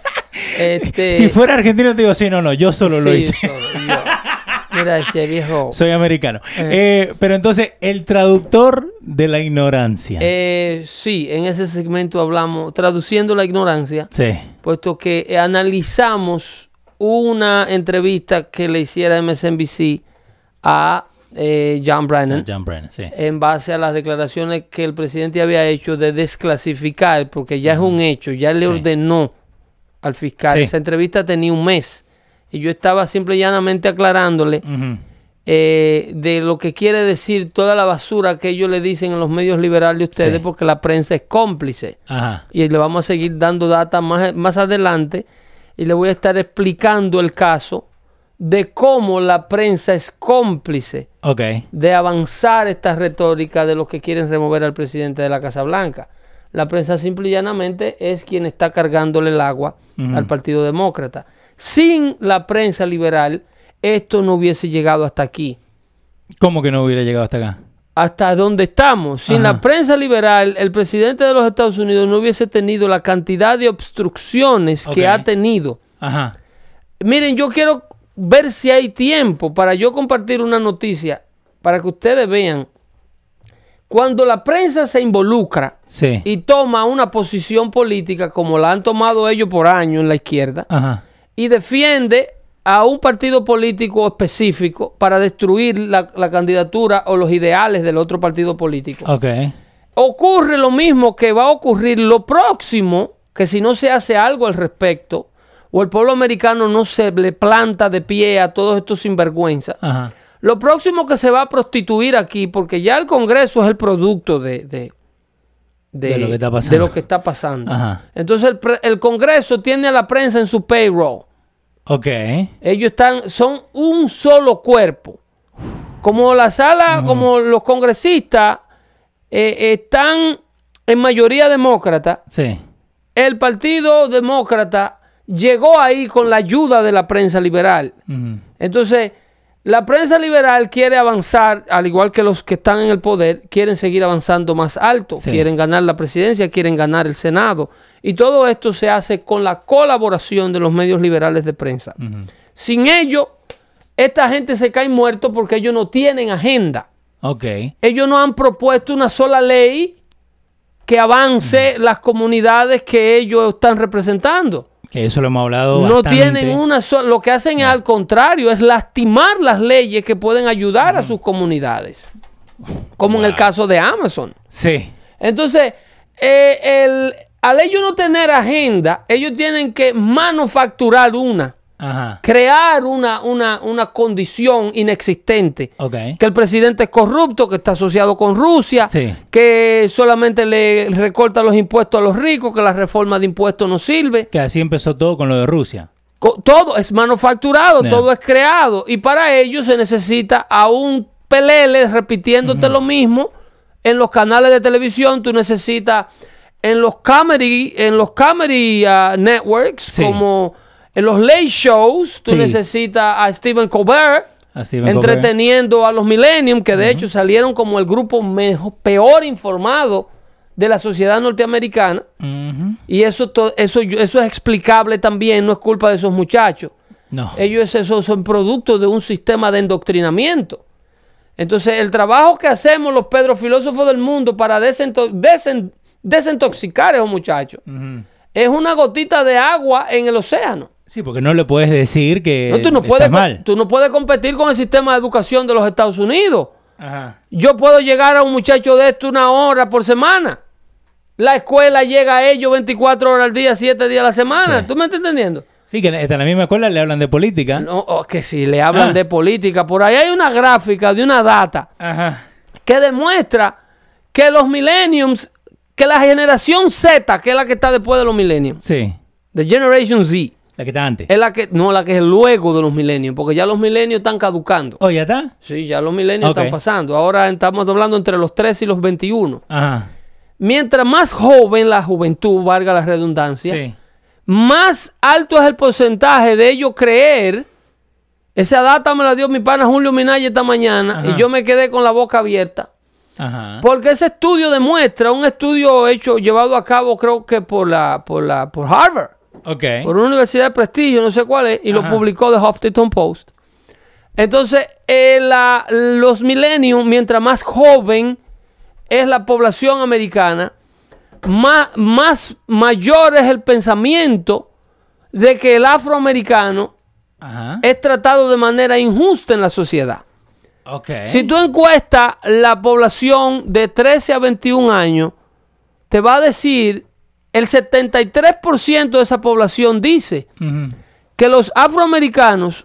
Este, si fuera argentino te digo, sí, no, no, yo solo sí, lo hice. Solo, yo. Mira ese viejo. Soy americano. Eh. Eh, pero entonces, el traductor de la ignorancia. Eh, sí, en ese segmento hablamos, traduciendo la ignorancia. Sí. Puesto que eh, analizamos una entrevista que le hiciera M S N B C a eh, John Brennan. John Brennan, sí. En base a las declaraciones que el presidente había hecho de desclasificar, porque ya mm. es un hecho, ya le sí. ordenó al fiscal. Sí. Esa entrevista tenía un mes. Y yo estaba simple y llanamente aclarándole uh-huh. eh, de lo que quiere decir toda la basura que ellos le dicen en los medios liberales de ustedes, sí. porque la prensa es cómplice. Ajá. Y le vamos a seguir dando data más, más adelante. Y le voy a estar explicando el caso de cómo la prensa es cómplice okay. de avanzar esta retórica de los que quieren remover al presidente de la Casa Blanca. La prensa simple y llanamente es quien está cargándole el agua uh-huh. al Partido Demócrata. Sin la prensa liberal, esto no hubiese llegado hasta aquí. ¿Cómo que no hubiera llegado hasta acá? Hasta donde estamos. Sin Ajá. la prensa liberal, el presidente de los Estados Unidos no hubiese tenido la cantidad de obstrucciones okay. que ha tenido. Ajá. Miren, yo quiero ver si hay tiempo para yo compartir una noticia para que ustedes vean. Cuando la prensa se involucra sí. y toma una posición política como la han tomado ellos por años en la izquierda Ajá. y defiende a un partido político específico para destruir la, la candidatura o los ideales del otro partido político. Okay. Ocurre lo mismo que va a ocurrir lo próximo, que si no se hace algo al respecto o el pueblo americano no se le planta de pie a todos estos sinvergüenzas. Ajá. Lo próximo que se va a prostituir aquí, porque ya el Congreso es el producto de, de, de, de, lo, que está pasando. de lo que está pasando. Ajá. Entonces el, el Congreso tiene a la prensa en su payroll. Ok. Ellos están, son un solo cuerpo. Como la sala, uh-huh. como los congresistas eh, están en mayoría demócrata, sí. el Partido Demócrata llegó ahí con la ayuda de la prensa liberal. Uh-huh. Entonces... la prensa liberal quiere avanzar, al igual que los que están en el poder, quieren seguir avanzando más alto, sí. quieren ganar la presidencia, quieren ganar el Senado. Y todo esto se hace con la colaboración de los medios liberales de prensa. Uh-huh. Sin ello, esta gente se cae muerto porque ellos no tienen agenda. Okay. Ellos no han propuesto una sola ley que avance uh-huh. las comunidades que ellos están representando. Que eso lo hemos hablado no bastante. Tienen una sola, lo que hacen es al contrario, es lastimar las leyes que pueden ayudar uh-huh. a sus comunidades, como wow. en el caso de Amazon. Sí. Entonces, eh, el, al ellos no tener agenda, ellos tienen que manufacturar una, Ajá. crear una, una, una condición inexistente. Okay. Que el presidente es corrupto, que está asociado con Rusia, sí. que solamente le recorta los impuestos a los ricos, que la reforma de impuestos no sirve. Que así empezó todo con lo de Rusia. Todo es manufacturado, yeah. todo es creado. Y para ello se necesita a un pelele repitiéndote uh-huh. lo mismo. En los canales de televisión tú necesitas, en los comedy, en los comedy uh, networks, sí. como... en los late shows, tú sí. necesitas a Stephen Colbert a Stephen entreteniendo Colbert. a los Millennium, que de uh-huh. hecho salieron como el grupo mejor, peor informado de la sociedad norteamericana. Uh-huh. Y eso, to, eso, eso es explicable también, no es culpa de esos muchachos. No. Ellos esos son productos de un sistema de endoctrinamiento. Entonces, el trabajo que hacemos los pedrofilósofos del mundo para desento desen desintoxicar a esos muchachos uh-huh. es una gotita de agua en el océano. Sí, porque no le puedes decir que no, tú no estás puedes, mal. Tú no puedes competir con el sistema de educación de los Estados Unidos. Ajá. Yo puedo llegar a un muchacho de esto una hora por semana. La escuela llega a ellos veinticuatro horas al día, siete días a la semana. Sí. ¿Tú me estás entendiendo? Sí, que en la misma escuela le hablan de política. No, oh, que sí, le hablan ah. de política. Por ahí hay una gráfica de una data Ajá. que demuestra que los millenniums, que la generación Z, que es la que está después de los millenniums, sí. the Generation Z, la que está antes. Es la que, no, la que es luego de los milenios, porque ya los milenios están caducando. ¿Oh, ya está? Sí, ya los milenios okay. están pasando. Ahora estamos hablando entre los trece y los veintiuno. Ajá. Mientras más joven la juventud, valga la redundancia, sí. más alto es el porcentaje de ellos creer. Esa data me la dio mi pana Julio Minaya esta mañana. Ajá. Y yo me quedé con la boca abierta. Ajá. Porque ese estudio demuestra, un estudio hecho, llevado a cabo creo que por la, por la, por Harvard. Okay. Por una universidad de prestigio, no sé cuál es, y Ajá. lo publicó The Huffington Post. Entonces, eh, la, los millennials, mientras más joven es la población americana, más, más mayor es el pensamiento de que el afroamericano Ajá. es tratado de manera injusta en la sociedad. Okay. Si tú encuestas la población de trece a veintiún años, te va a decir... El setenta y tres por ciento de esa población dice uh-huh. que los afroamericanos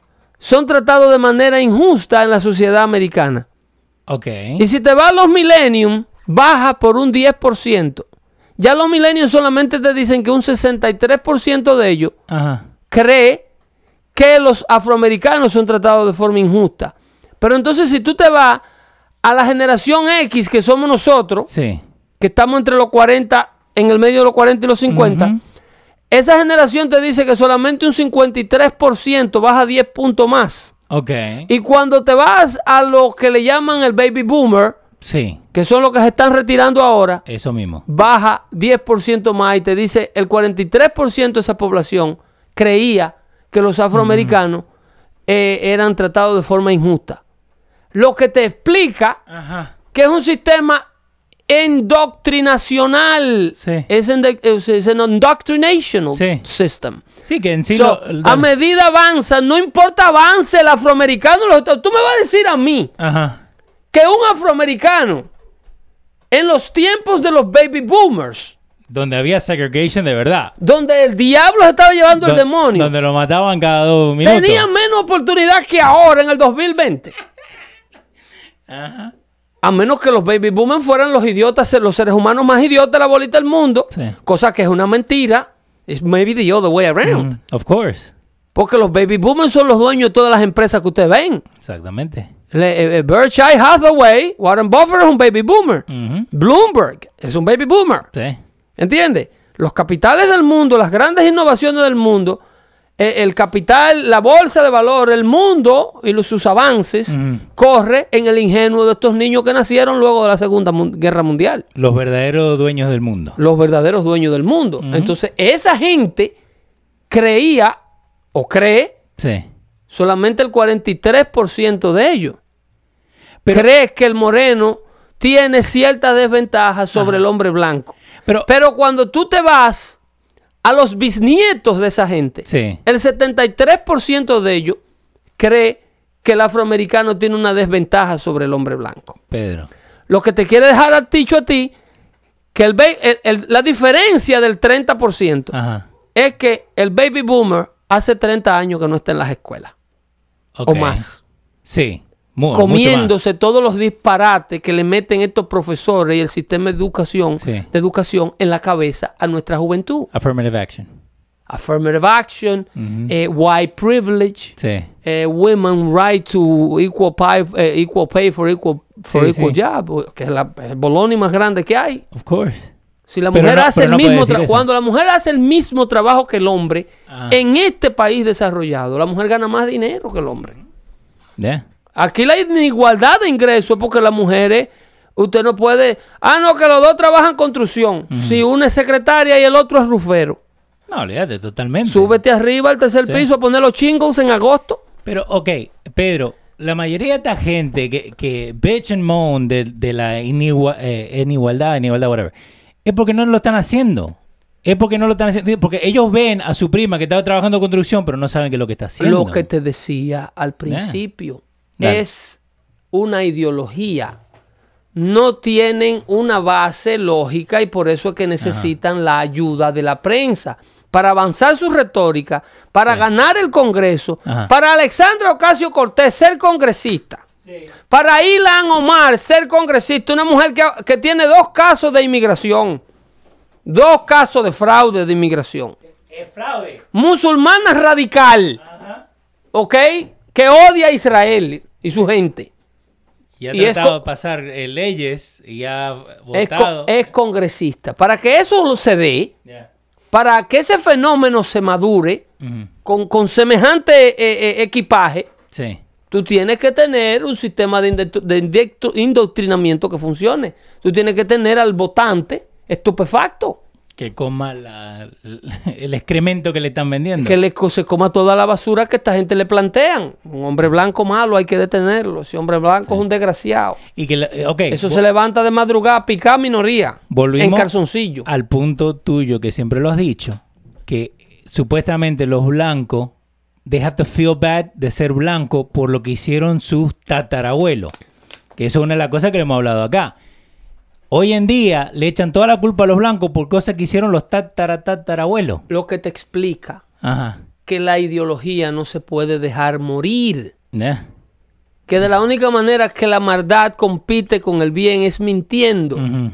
son tratados de manera injusta en la sociedad americana. Okay. Y si te vas a los millennials, baja por un diez por ciento. Ya los millennials solamente te dicen que un sesenta y tres por ciento de ellos uh-huh. cree que los afroamericanos son tratados de forma injusta. Pero entonces si tú te vas a la generación X, que somos nosotros, sí. que estamos entre los cuarenta... en el medio de los cuarenta y los cincuenta, uh-huh. esa generación te dice que solamente un cincuenta y tres por ciento baja diez puntos más. Okay. Y cuando te vas a lo que le llaman el baby boomer, sí. que son los que se están retirando ahora, eso mismo. Baja diez por ciento más y te dice el cuarenta y tres por ciento de esa población creía que los afroamericanos uh-huh. eh, eran tratados de forma injusta. Lo que te explica uh-huh. que es un sistema endoctrinacional. Sí. Es un indoctrinational sí. system. Sí, que en sí so, lo, lo... a medida avanza, no importa avance el afroamericano, los, tú me vas a decir a mí Ajá. que un afroamericano en los tiempos de los baby boomers, donde había segregation de verdad, donde el diablo se estaba llevando Do el demonio, donde lo mataban cada dos minutos, tenía menos oportunidad que ahora en el dos mil veinte. Ajá. A menos que los baby boomers fueran los idiotas, los seres humanos más idiotas de la bolita del mundo. Sí. Cosa que es una mentira. It's maybe the other way around. Mm, of course. Porque los baby boomers son los dueños de todas las empresas que ustedes ven. Exactamente. Le, eh, Berkshire Hathaway, Warren Buffett es un baby boomer. Uh-huh. Bloomberg es un baby boomer. Sí. ¿Entiendes? Los capitales del mundo, las grandes innovaciones del mundo, eh, el capital, la bolsa de valor, el mundo y los, sus avances, uh-huh. corre en el ingenuo de estos niños que nacieron luego de la Segunda Mu- Guerra Mundial. Los verdaderos dueños del mundo. Los verdaderos dueños del mundo. Uh-huh. Entonces, esa gente creía o cree, sí. solamente el cuarenta y tres por ciento de ellos, pero, cree que el moreno tiene cierta desventaja sobre ajá. el hombre blanco. Pero, pero cuando tú te vas a los bisnietos de esa gente, sí. el setenta y tres por ciento de ellos cree que el afroamericano tiene una desventaja sobre el hombre blanco. Pedro. Lo que te quiere dejar a dicho a ti, que el, el, el, la diferencia del treinta por ciento ajá. es que el baby boomer hace treinta años que no está en las escuelas. Okay. O más. Sí. Muy, comiéndose todos los disparates que le meten estos profesores y el sistema de educación, sí. de educación en la cabeza a nuestra juventud. Affirmative action. Affirmative action, uh-huh. eh, white privilege, sí. eh, women right to equal pay, eh, equal pay for equal, for sí, equal sí. job, que es la, el boloni más grande que hay. Of course. Si la mujer no, hace el no mismo trabajo, cuando la mujer hace el mismo trabajo que el hombre, ah. en este país desarrollado, la mujer gana más dinero que el hombre. Yeah. Aquí la inigualdad de ingresos porque las mujeres, usted no puede... Ah, no, que los dos trabajan construcción. Uh-huh. Si una es secretaria y el otro es rufero. No, olvídate, totalmente. Súbete arriba al tercer sí. piso a poner los chingos en agosto. Pero, ok, Pedro, la mayoría de esta gente que, que bitch and moan de, de la inigua, eh, inigualdad, inigualdad, whatever, es porque no lo están haciendo. Es porque no lo están haciendo. Porque ellos ven a su prima que está trabajando en construcción, pero no saben qué es lo que está haciendo. Lo que te decía al principio yeah. es una ideología. No tienen una base lógica y por eso es que necesitan Ajá. la ayuda de la prensa para avanzar su retórica, para sí. ganar el Congreso, Ajá. para Alexandra Ocasio-Cortez ser congresista, sí. para Ilhan Omar ser congresista, una mujer que, que tiene dos casos de inmigración, dos casos de fraude de inmigración. Es fraude. Musulmana radical, Ajá. ¿ok? Que odia a Israel y su gente. Y ha tratado y de pasar eh, leyes y ha votado. Es, es congresista. Para que eso se dé, yeah. para que ese fenómeno se madure uh-huh. con, con semejante eh, eh, equipaje, sí. tú tienes que tener un sistema de, indoctr- de indoctrinamiento que funcione. Tú tienes que tener al votante estupefacto. Que coma la, el excremento que le están vendiendo. Que le, se coma toda la basura que esta gente le plantean. Un hombre blanco malo hay que detenerlo. Ese hombre blanco sí. es un desgraciado. Y que la, okay, Eso se levanta de madrugada a picar minoría. Volvimos en calzoncillo. Al punto tuyo que siempre lo has dicho. Que supuestamente los blancos they have to feel bad de ser blanco por lo que hicieron sus tatarabuelos. Que eso es una de las cosas que le hemos hablado acá. Hoy en día le echan toda la culpa a los blancos por cosas que hicieron los tataratatarabuelos. Lo que te explica Ajá. que la ideología no se puede dejar morir. Yeah. Que de la única manera que la maldad compite con el bien es mintiendo. Uh-huh.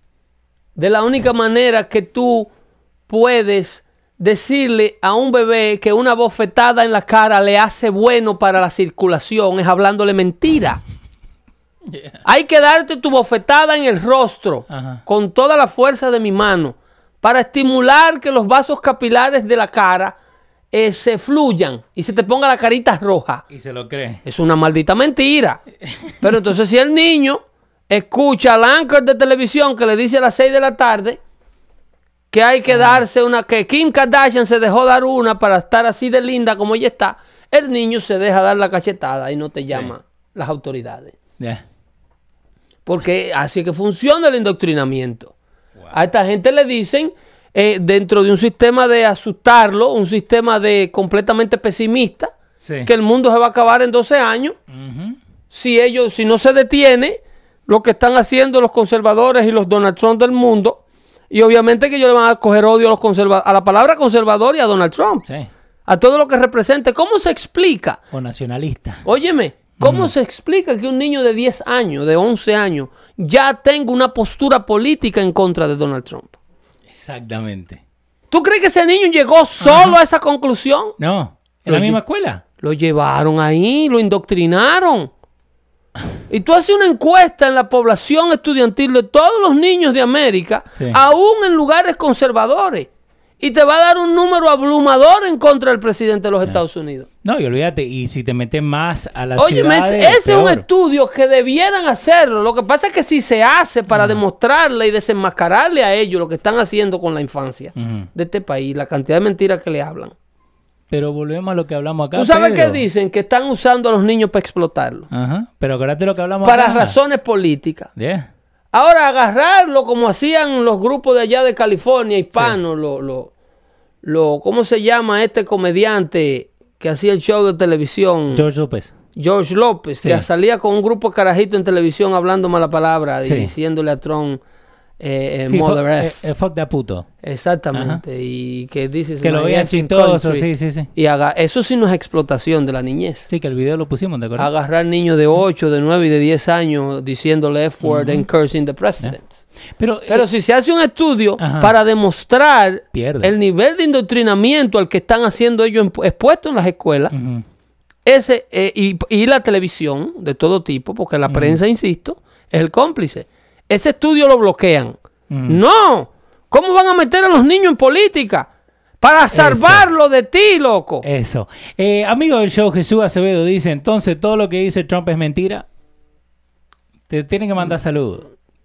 De la única manera que tú puedes decirle a un bebé que una bofetada en la cara le hace bueno para la circulación es hablándole mentira. Yeah. Hay que darte tu bofetada en el rostro uh-huh. con toda la fuerza de mi mano para estimular que los vasos capilares de la cara eh, se fluyan y se te ponga la carita roja. Y se lo cree. Es una maldita mentira. Pero entonces si el niño escucha al anchor de televisión que le dice a las seis de la tarde que hay que uh-huh. darse una, que Kim Kardashian se dejó dar una para estar así de linda como ella está, el niño se deja dar la cachetada y no te llama sí. las autoridades. Yeah. Porque así que funciona el indoctrinamiento. Wow. A esta gente le dicen, eh, dentro de un sistema de asustarlo, un sistema de completamente pesimista, sí. que el mundo se va a acabar en doce años. Uh-huh. Si ellos, si no se detiene lo que están haciendo los conservadores y los Donald Trump del mundo, y obviamente que ellos le van a coger odio a los conservadores, a la palabra conservador y a Donald Trump. Sí. A todo lo que represente. ¿Cómo se explica? O nacionalista. Óyeme. ¿Cómo mm. se explica que un niño de diez años, de once años, ya tenga una postura política en contra de Donald Trump? Exactamente. ¿Tú crees que ese niño llegó solo Ajá. a esa conclusión? No, en la misma escuela. Lo llevaron ahí, lo indoctrinaron. Y tú haces una encuesta en la población estudiantil de todos los niños de América, sí. aún en lugares conservadores. Y te va a dar un número abrumador en contra del presidente de los yeah. Estados Unidos. No, y olvídate, y si te metes más a la Oye, ciudad. Oye, ese es un estudio que debieran hacerlo. Lo que pasa es que si se hace para uh-huh. demostrarle y desenmascararle a ellos lo que están haciendo con la infancia uh-huh. de este país, la cantidad de mentiras que le hablan. Pero volvemos a lo que hablamos acá. ¿Tú sabes Pedro? qué dicen? Que están usando a los niños para explotarlos. Uh-huh. Pero acuérdate lo que hablamos para acá. Para razones políticas. Yeah. Ahora, agarrarlo como hacían los grupos de allá de California, hispanos, sí. lo, lo, lo, ¿cómo se llama este comediante que hacía el show de televisión? George López. George López, sí. que salía con un grupo de carajitos en televisión hablando mala palabra sí. y diciéndole a Trump eh, eh, sí, Mother fo- F. Eh, eh, fuck that puto. Exactamente. Ajá. Y que dices que lo vean chistoso, sí, sí, sí. Y haga, eso sí no es explotación de la niñez. Sí, que el video lo pusimos, ¿de acuerdo? Agarrar niños de ocho, de nueve y de diez años diciéndole F-word uh-huh. and cursing the president. Yeah. Pero, Pero eh, si se hace un estudio ajá. para demostrar Pierde. el nivel de indoctrinamiento al que están haciendo ellos expuestos en las escuelas, uh-huh. ese eh, y, y la televisión de todo tipo, porque la uh-huh. prensa, insisto, es el cómplice. Ese estudio lo bloquean. Uh-huh. ¡No! ¿Cómo van a meter a los niños en política? Para salvarlo Eso. de ti, loco. Eso. Eh, amigo del show, Jesús Acevedo dice, entonces todo lo que dice Trump es mentira. Te tienen que mandar saludos.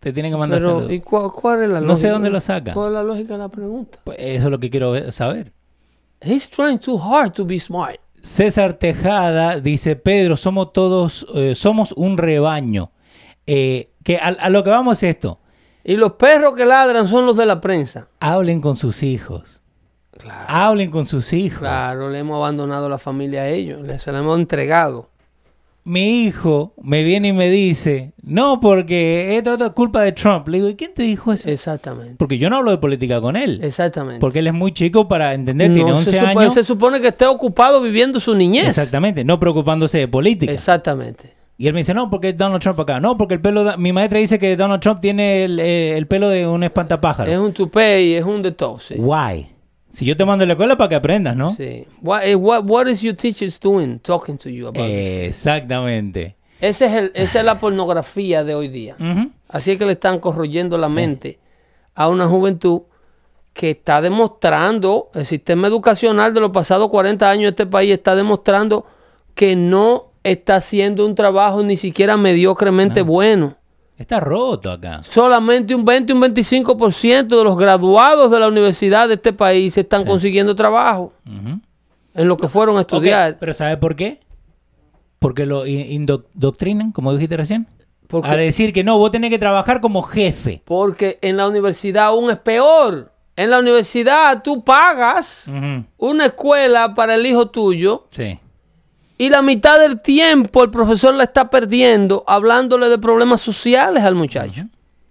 Te tienen que mandar Pero, saludos. ¿y cuál, cuál es la lógica? No sé dónde lo sacan. ¿Cuál es la lógica de la pregunta? Pues eso es lo que quiero ver, saber. He's trying too hard to be smart. César Tejada dice, Pedro, somos todos, eh, somos un rebaño. Eh, que a, a lo que vamos es esto. Y los perros que ladran son los de la prensa. Hablen con sus hijos. Claro. Hablen con sus hijos. Claro, le hemos abandonado la familia a ellos. Les se la hemos entregado. Mi hijo me viene y me dice, no, porque esto, esto es culpa de Trump. Le digo, ¿y quién te dijo eso? Exactamente. Porque yo no hablo de política con él. Exactamente. Porque él es muy chico para entender, no, tiene once se supone, años. Se supone que esté ocupado viviendo su niñez. Exactamente, no preocupándose de política. Exactamente. Y él me dice, no, porque Donald Trump acá. No, porque el pelo... De... Mi maestra dice que Donald Trump tiene el, eh, el pelo de un espantapájaro. Es un tupé y es un de todo, sí. Why? Si yo te mando a la escuela para que aprendas, ¿no? Sí. What, what, what is your teachers doing talking to you about eh, this? Exactamente. Ese es el, esa es la pornografía de hoy día. Uh-huh. Así es que le están corroyendo la sí. mente a una juventud que está demostrando, el sistema educacional de los pasados cuarenta años de este país está demostrando que no está haciendo un trabajo ni siquiera mediocremente no. bueno. Está roto acá. Solamente un veinte, un veinticinco por ciento de los graduados de la universidad de este país están sí. consiguiendo trabajo uh-huh. en lo que fueron a estudiar. Okay. ¿Pero sabe por qué? Porque lo indoctrinan, como dijiste recién. Porque, a decir que no, vos tenés que trabajar como jefe. Porque en la universidad aún es peor. En la universidad tú pagas uh-huh. una escuela para el hijo tuyo. Sí. Y la mitad del tiempo el profesor la está perdiendo hablándole de problemas sociales al muchacho. Uh-huh.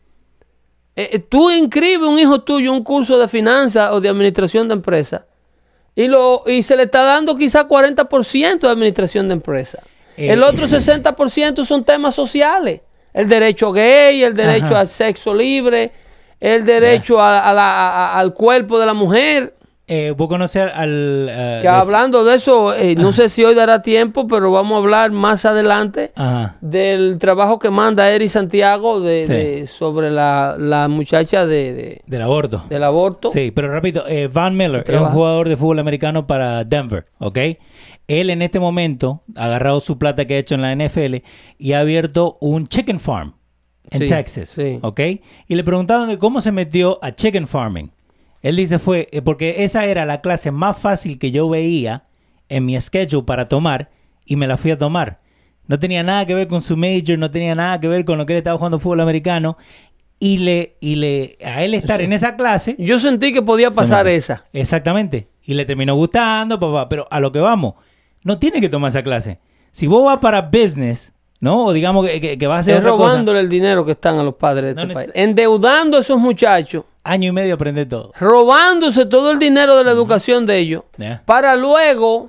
Eh, tú inscribes un hijo tuyo en un curso de finanzas o de administración de empresas y, lo, y se le está dando quizá cuarenta por ciento de administración de empresas. Eh, el otro sesenta por ciento son temas sociales. El derecho gay, el derecho Ajá. al sexo libre, el derecho yeah. a, a la, a, al cuerpo de la mujer. Eh, ¿Vos conocer al...? Uh, que hablando de eso, eh, no sé si hoy dará tiempo, pero vamos a hablar más adelante Ajá. del trabajo que manda Eri Santiago de, sí. de, sobre la, la muchacha de, de... Del aborto. Del aborto. Sí, pero repito, eh, Von Miller es un jugador de fútbol americano para Denver, ¿ok? Él en este momento ha agarrado su plata que ha hecho en la N F L y ha abierto un chicken farm en sí, Texas, sí. ¿ok? Y le preguntaron de cómo se metió a chicken farming. Él dice fue, eh, porque esa era la clase más fácil que yo veía en mi schedule para tomar y me la fui a tomar. No tenía nada que ver con su major, no tenía nada que ver con lo que él estaba jugando fútbol americano. Y le, y le a él estar sí. en esa clase... Yo sentí que podía pasar me, esa. Exactamente. Y le terminó gustando, papá. Pero a lo que vamos, no tiene que tomar esa clase. Si vos vas para business, ¿no? O digamos que, que, que vas a hacer es otra robándole cosa, el dinero que están a los padres de no este país. Endeudando a esos muchachos. Año y medio aprende todo. Robándose todo el dinero de la uh-huh. educación de ellos. Yeah. Para luego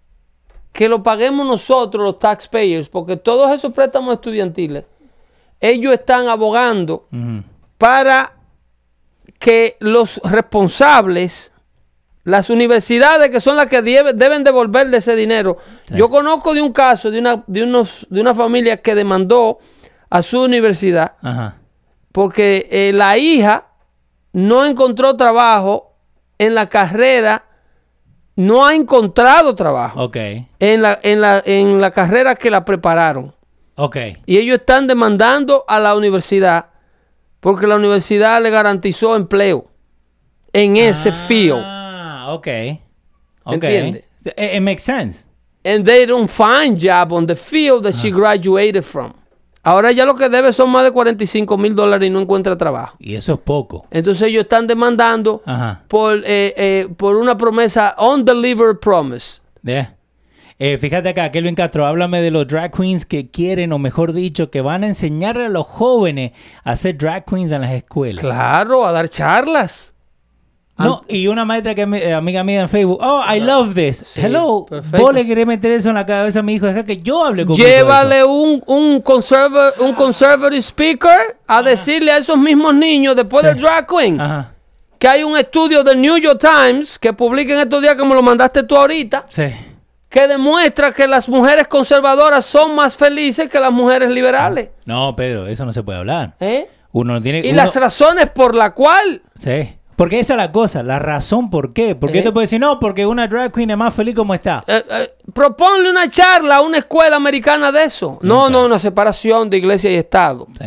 que lo paguemos nosotros, los taxpayers. Porque todos esos préstamos estudiantiles, ellos están abogando uh-huh. para que los responsables, las universidades que son las que debe, deben devolverle ese dinero. Sí. Yo conozco de un caso de una, de unos, de una familia que demandó a su universidad uh-huh. porque eh, la hija no encontró trabajo en la carrera, no ha encontrado trabajo okay. en, la, en, la, en la carrera que la prepararon. Okay. Y ellos están demandando a la universidad porque la universidad le garantizó empleo en ese ah, field. Ah, ok. okay. ¿Entiendes? It, it makes sense. And they don't find job on the field that ah. she graduated from. Ahora ya lo que debe son más de cuarenta y cinco mil dólares y no encuentra trabajo. Y eso es poco. Entonces ellos están demandando por, eh, eh, por una promesa, undelivered promise. Yeah. Eh, fíjate acá, Kelvin Castro, háblame de los drag queens que quieren, o mejor dicho, que van a enseñarle a los jóvenes a ser drag queens en las escuelas. Claro, a dar charlas. No, y una maestra que es amiga mía en Facebook, oh, I love this. Sí, hello, perfecto. Vos le querés meter eso en la cabeza a mi hijo, deja que yo hable con mi hijo. Llévale un, un, conserva, un conservative speaker a Ajá. decirle a esos mismos niños después sí. del drag queen Ajá. que hay un estudio del New York Times que publica en estos días, como lo mandaste tú ahorita, sí. que demuestra que las mujeres conservadoras son más felices que las mujeres liberales. No, Pedro, eso no se puede hablar. ¿Eh? Uno no tiene, y uno... las razones por la cual... Sí. Porque esa es la cosa, la razón por qué. Porque ¿Eh? Yo te puedo decir, no, porque una drag queen es más feliz como está. Eh, eh, proponle una charla a una escuela americana de eso. No, okay. no, una separación de iglesia y Estado. Sí.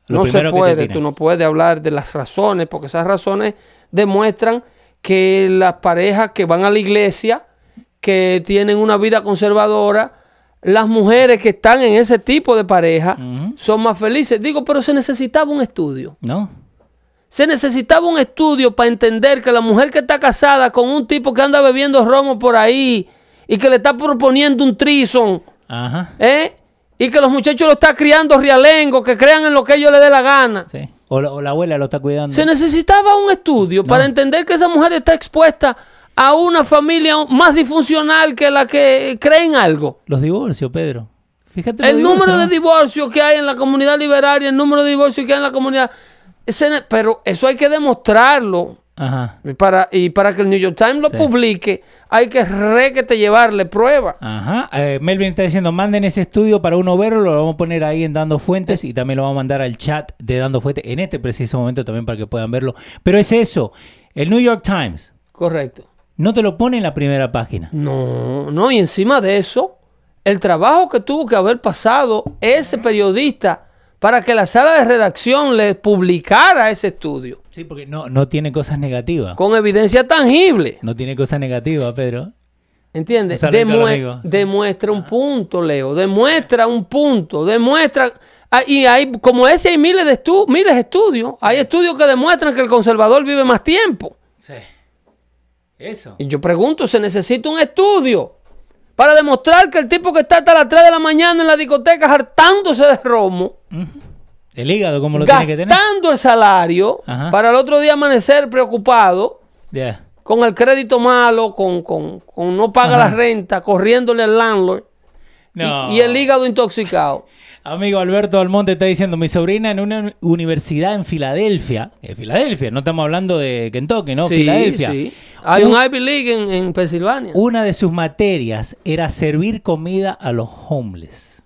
Lo no se puede, tú no puedes hablar de las razones, porque esas razones demuestran que las parejas que van a la iglesia, que tienen una vida conservadora, las mujeres que están en ese tipo de pareja uh-huh. son más felices. Digo, pero se necesitaba un estudio. No. Se necesitaba un estudio para entender que la mujer que está casada con un tipo que anda bebiendo romo por ahí y que le está proponiendo un trison, Ajá. ¿eh? Y que los muchachos lo están criando rialengo, que crean en lo que ellos les dé la gana. Sí. O la, o la abuela lo está cuidando. Se necesitaba un estudio no. para entender que esa mujer está expuesta a una familia más disfuncional que la que cree en algo. Los divorcios, Pedro. Fíjate. El número ¿no? de divorcios que hay en la comunidad liberaria, el número de divorcios que hay en la comunidad... Ese, pero eso hay que demostrarlo. Ajá. Y para, y para que el New York Times lo sí. publique, hay que re que te llevarle prueba. Ajá. Eh, Melvin está diciendo, manden ese estudio para uno verlo, lo vamos a poner ahí en Dando Fuentes y también lo vamos a mandar al chat de Dando Fuentes en este preciso momento también para que puedan verlo. Pero es eso, el New York Times. Correcto. No te lo pone en la primera página. No, no, y encima de eso, el trabajo que tuvo que haber pasado ese periodista para que la sala de redacción le publicara ese estudio. Sí, porque no, no tiene cosas negativas. Con evidencia tangible. No tiene cosas negativas, Pedro. ¿Entiendes? Demue- demuestra un punto, Leo. Demuestra un punto. Demuestra... Ah, y hay, como ese hay miles de, estu- miles de estudios. Sí. Hay estudios que demuestran que el conservador vive más tiempo. Sí. Eso. Y yo pregunto, ¿se necesita un estudio para demostrar que el tipo que está hasta las tres de la mañana en la discoteca hartándose de romo, uh-huh. el hígado como lo tiene que tener, gastando el salario uh-huh. para el otro día amanecer preocupado, yeah. con el crédito malo, con, con, con no paga uh-huh. la renta, corriéndole al landlord no. y, y el hígado intoxicado? Amigo Alberto Almonte está diciendo, mi sobrina en una universidad en Filadelfia, en Filadelfia, no estamos hablando de Kentucky, ¿no? Sí, Filadelfia. Sí. Hay un, un Ivy League en, en Pensilvania. Una de sus materias era servir comida a los homeless.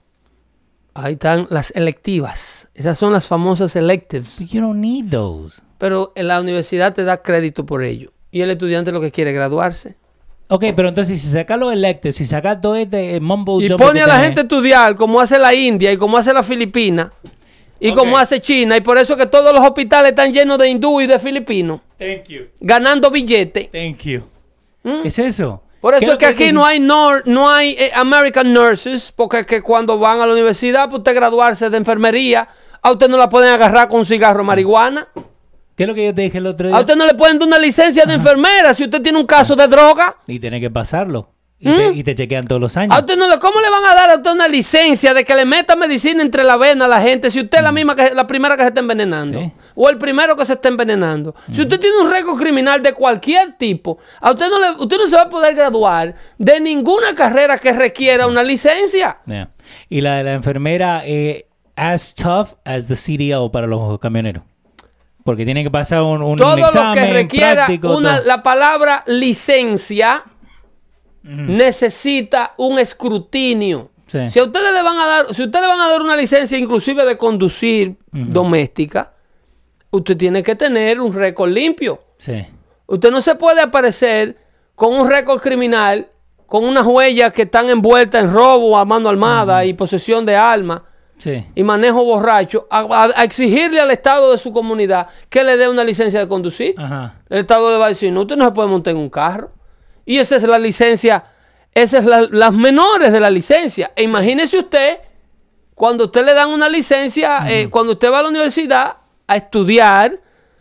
Ahí están las electivas. Esas son las famosas electives. You don't need those. Pero en la universidad te da crédito por ello. Y el estudiante lo que quiere es graduarse. Ok, pero entonces si saca los electives, si saca todo este mumbo y pone a la gente a estudiar como hace la India y como hace la Filipina y okay. como hace China, y por eso que todos los hospitales están llenos de hindú y de filipinos. Thank you. Ganando billetes. Thank you. ¿Mm? ¿Es eso? Por eso es que, que aquí que... no hay nor, no hay eh, American nurses, porque es que cuando van a la universidad, para usted graduarse de enfermería, a usted no la pueden agarrar con un cigarro de marihuana. ¿Qué es lo que yo te dije el otro día? A usted no le pueden dar una licencia de Ajá. enfermera si usted tiene un caso de droga. Y tiene que pasarlo. Y, ¿Mm? te, y te chequean todos los años. ¿A usted no le, ¿Cómo le van a dar a usted una licencia de que le meta medicina entre la vena a la gente si usted es la misma que la primera que se está envenenando? ¿Sí? O el primero que se está envenenando. Uh-huh. Si usted tiene un récord criminal de cualquier tipo, a usted no le, usted no se va a poder graduar de ninguna carrera que requiera una licencia. Yeah. Y la de la enfermera, eh, as tough as the C D O para los camioneros. Porque tiene que pasar un, un, todo un examen lo que requiera práctico, una, la palabra licencia uh-huh. necesita un escrutinio. Sí. Si a ustedes le van a dar, si ustedes le van a dar una licencia inclusive de conducir uh-huh. doméstica, usted tiene que tener un récord limpio. Sí. Usted no se puede aparecer con un récord criminal, con unas huellas que están envueltas en robo a mano armada uh-huh. y posesión de armas. Sí. Y manejo borracho, a, a, a exigirle al Estado de su comunidad que le dé una licencia de conducir. Ajá. El Estado le va a decir, no, usted no se puede montar en un carro. Y esa es la licencia, esas son la, las menores de la licencia. E imagínese usted, cuando usted le dan una licencia, uh-huh. eh, cuando usted va a la universidad a estudiar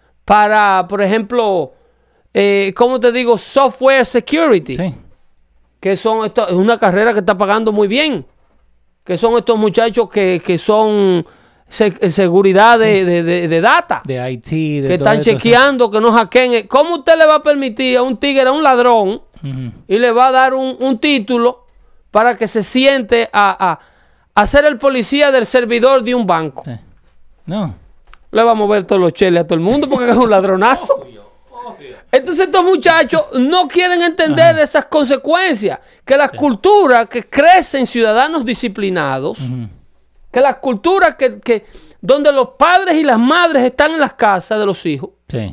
para, por ejemplo, eh, ¿cómo te digo? Software security. Sí. Que son esto, es una carrera que está pagando muy bien. Que son estos muchachos que, que son se, seguridad de, sí. de, de, de data. De I T. De que están esto, chequeando sí. que no hackeen. ¿Cómo usted le va a permitir a un tigre, a un ladrón, uh-huh. y le va a dar un, un título para que se siente a, a, a ser el policía del servidor de un banco? Sí. No. Le va a mover todos los cheles a todo el mundo porque es un ladronazo. Obvio, obvio. Entonces estos muchachos no quieren entender Ajá. esas consecuencias. Que las sí. culturas que crecen ciudadanos disciplinados, uh-huh. que las culturas que, que donde los padres y las madres están en las casas de los hijos, sí.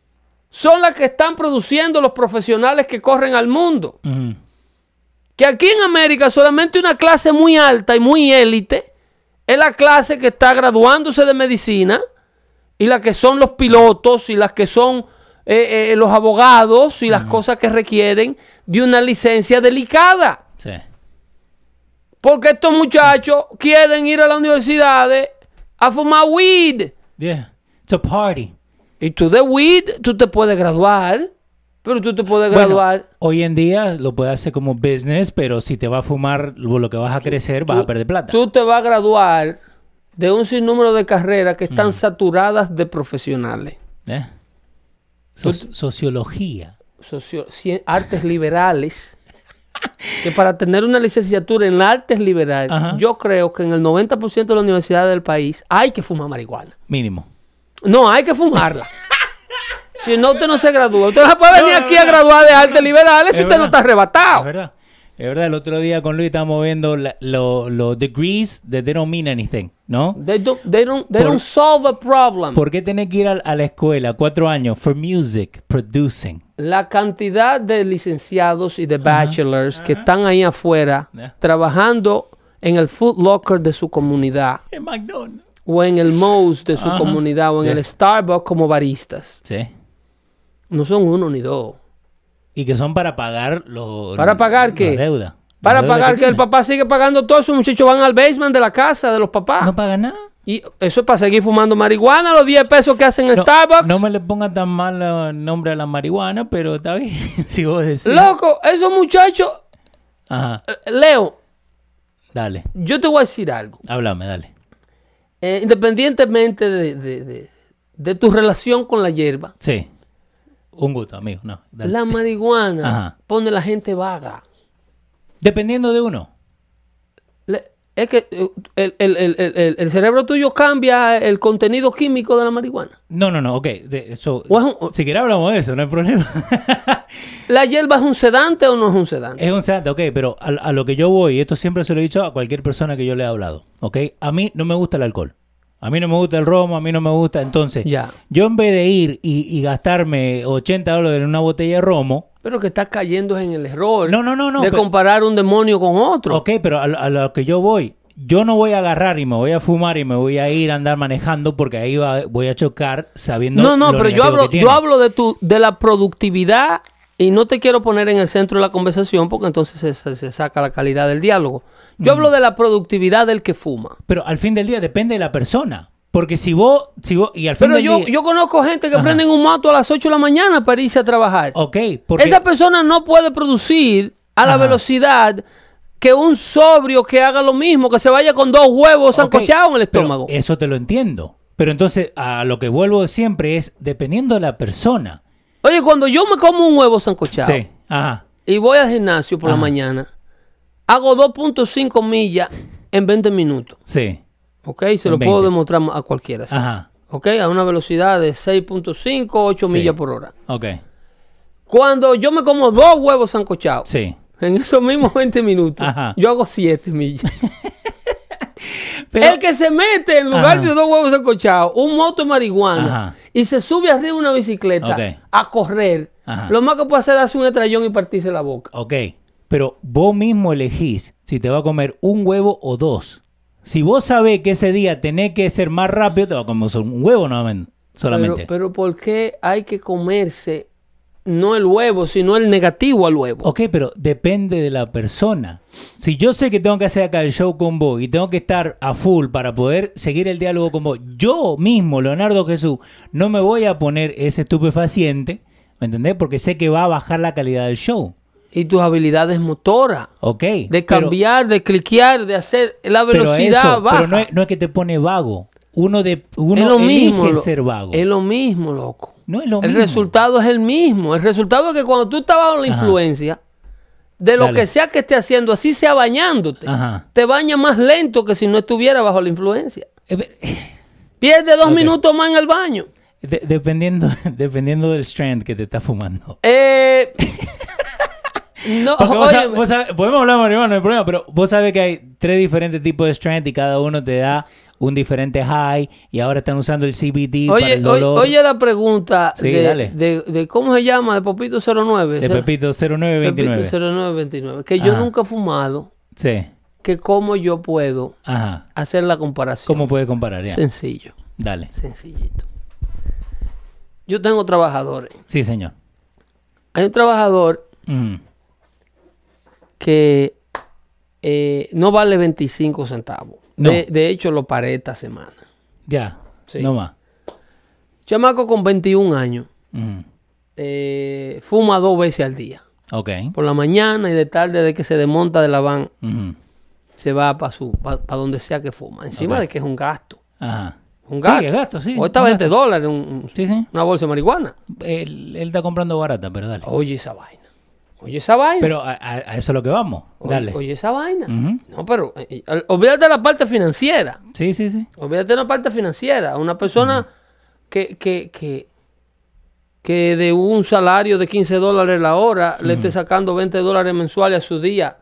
son las que están produciendo los profesionales que corren al mundo. Uh-huh. Que aquí en América solamente una clase muy alta y muy élite es la clase que está graduándose de medicina y la que son los pilotos y las que son eh, eh, los abogados y las uh-huh. cosas que requieren de una licencia delicada. Sí. Porque estos muchachos sí. quieren ir a las universidades a fumar weed. Yeah, it's a party. Y tú de weed, tú te puedes graduar, pero tú te puedes graduar. Bueno, hoy en día lo puedes hacer como business, pero si te vas a fumar lo que vas a crecer, tú, vas a perder plata. Tú te vas a graduar de un sinnúmero de carreras que están mm. saturadas de profesionales. ¿Eh? So- sociología. Socio- cien- artes liberales. Que para tener una licenciatura en artes liberales, uh-huh. yo creo que en el noventa por ciento de las universidades del país hay que fumar marihuana. Mínimo. No, hay que fumarla. Si no, usted no se gradúa. Usted no puede venir no, aquí verdad. a graduar de artes liberales si usted verdad. no está arrebatado. Es verdad. Es verdad, el otro día con Luis estábamos viendo los lo, lo degrees that they don't mean anything, ¿no? They don't, they don't, they Por, don't solve a problem. ¿Por qué tenés que ir a, a la escuela cuatro años for music, producing? La cantidad de licenciados y de bachelors uh-huh. que uh-huh. están ahí afuera yeah. trabajando en el Foot Locker de su comunidad. En McDonald's. O en el Moe's de su uh-huh. comunidad o en yeah. el Starbucks como baristas. Sí. No son uno ni dos. Y que son para pagar los... ¿Para pagar qué? La deuda. Para la deuda pagar que, que el papá sigue pagando todo. Esos muchachos van al basement de la casa de los papás. No pagan nada. Y eso es para seguir fumando marihuana, los diez pesos que hacen en no, Starbucks. No me le pongan tan mal el nombre a la marihuana, pero está bien. Si vos decís. Loco, esos muchachos... Ajá. Leo. Dale. Yo te voy a decir algo. Háblame, dale. Eh, independientemente de, de, de, de tu relación con la hierba. Sí. Un gusto, amigo. No, dale. La marihuana Ajá. pone a la gente vaga. Dependiendo de uno. Le, es que el, el, el, el, el cerebro tuyo cambia el contenido químico de la marihuana. No, no, no. Ok. De, eso, o es un, si quieres hablamos de eso, no hay problema. ¿La hierba es un sedante o no es un sedante? Es un sedante, ok. Pero a, a lo que yo voy, y esto siempre se lo he dicho a cualquier persona que yo le he hablado. Ok. A mí no me gusta el alcohol. A mí no me gusta el romo, a mí no me gusta. Entonces, ya. yo en vez de ir y, y gastarme ochenta dólares en una botella de romo... Pero que estás cayendo en el error no, no, no, no, de pero, comparar un demonio con otro. Ok, pero a, a lo que yo voy, yo no voy a agarrar y me voy a fumar y me voy a ir a andar manejando porque ahí va, voy a chocar sabiendo No, no, lo pero yo hablo, que yo hablo de, tu, de la productividad y no te quiero poner en el centro de la conversación porque entonces se, se, se saca la calidad del diálogo. Yo mm. hablo de la productividad del que fuma. Pero al fin del día depende de la persona. Porque si vos, si vos, y al fin Pero del yo, día... yo conozco gente que Ajá. prenden un moto a las ocho de la mañana para irse a trabajar. Ok, porque... Esa persona no puede producir a la Ajá. velocidad que un sobrio que haga lo mismo, que se vaya con dos huevos sancochados okay. en el estómago. Pero eso te lo entiendo. Pero entonces, a lo que vuelvo siempre es, dependiendo de la persona. Oye, cuando yo me como un huevo sancochado sí. Ajá. y voy al gimnasio por Ajá. la mañana, hago dos punto cinco millas en veinte minutos. Sí. Ok, se lo veinte. Puedo demostrar a cualquiera. ¿sí? Ajá. Ok, a una velocidad de seis punto cinco, ocho sí. millas por hora. Ok. Cuando yo me como dos huevos sancochados, sí. en esos mismos veinte minutos, Ajá. yo hago siete millas. Pero, el que se mete en lugar Ajá. de dos huevos sancochados, un moto de marihuana, Ajá. y se sube arriba de una bicicleta okay. a correr, Ajá. lo más que puede hacer es darse un estrellón y partirse la boca. Ok, pero vos mismo elegís si te va a comer un huevo o dos. Si vos sabés que ese día tenés que ser más rápido, te va a comer un huevo nuevamente, solamente. Pero, pero ¿por qué hay que comerse no el huevo, sino el negativo al huevo? Ok, pero depende de la persona. Si yo sé que tengo que hacer acá el show con vos y tengo que estar a full para poder seguir el diálogo con vos, yo mismo, Leonardo Jesús, no me voy a poner ese estupefaciente, ¿me entendés? Porque sé que va a bajar la calidad del show. Y tus habilidades motoras. Ok. De cambiar, pero, de cliquear, de hacer la velocidad pero eso, baja. Pero no es, no es que te pone vago. Uno, de, uno es lo elige mismo, ser vago. Es lo mismo, loco. No es lo el mismo. El resultado es el mismo. El resultado es que cuando tú estabas bajo la Ajá. influencia, de lo Dale. que sea que esté haciendo, así sea bañándote, Ajá. te baña más lento que si no estuviera bajo la influencia. Eh, Pierde dos okay. minutos más en el baño. De, dependiendo, dependiendo del strand que te estás fumando. Eh... No, vos sabés, vos sabés, podemos hablar de marihuana, no hay problema, pero vos sabés que hay tres diferentes tipos de strand y cada uno te da un diferente high y ahora están usando el C B D oye, para el dolor. Oye, oye la pregunta sí, de, dale. De, de, de cómo se llama, de Pepito cero nueve. De Pepito cero nueve veintinueve. Pepito cero nueve veintinueve, que yo ah. nunca he fumado. Sí. que cómo yo puedo Ajá. hacer la comparación. ¿Cómo puede comparar? Ya. Sencillo. Dale. Sencillito. Yo tengo trabajadores. Sí, señor. Hay un trabajador mm. que eh, no vale veinticinco centavos. No. De, de hecho, lo paré esta semana. Ya, sí. No más. Chamaco con veintiún años. Mm. Eh, fuma dos veces al día. Ok. Por la mañana y de tarde, de que se desmonta de la van, Mm-hmm. se va para su pa, pa donde sea que fuma. Encima okay. de que es un gasto. Ajá. Un gasto. Sí, es gasto, sí. Hoy está veinte dólares un, sí, sí. una bolsa de marihuana. Él, él está comprando barata, pero dale. Oye esa vaina. Oye esa vaina. Pero a, a, a eso es lo que vamos. Dale. Oye, oye esa vaina. Uh-huh. No, pero eh, eh, olvídate de la parte financiera. Sí, sí, sí. Olvídate de la parte financiera. Una persona uh-huh. que, que, que, que de un salario de quince dólares la hora uh-huh. le esté sacando veinte dólares mensuales a su día.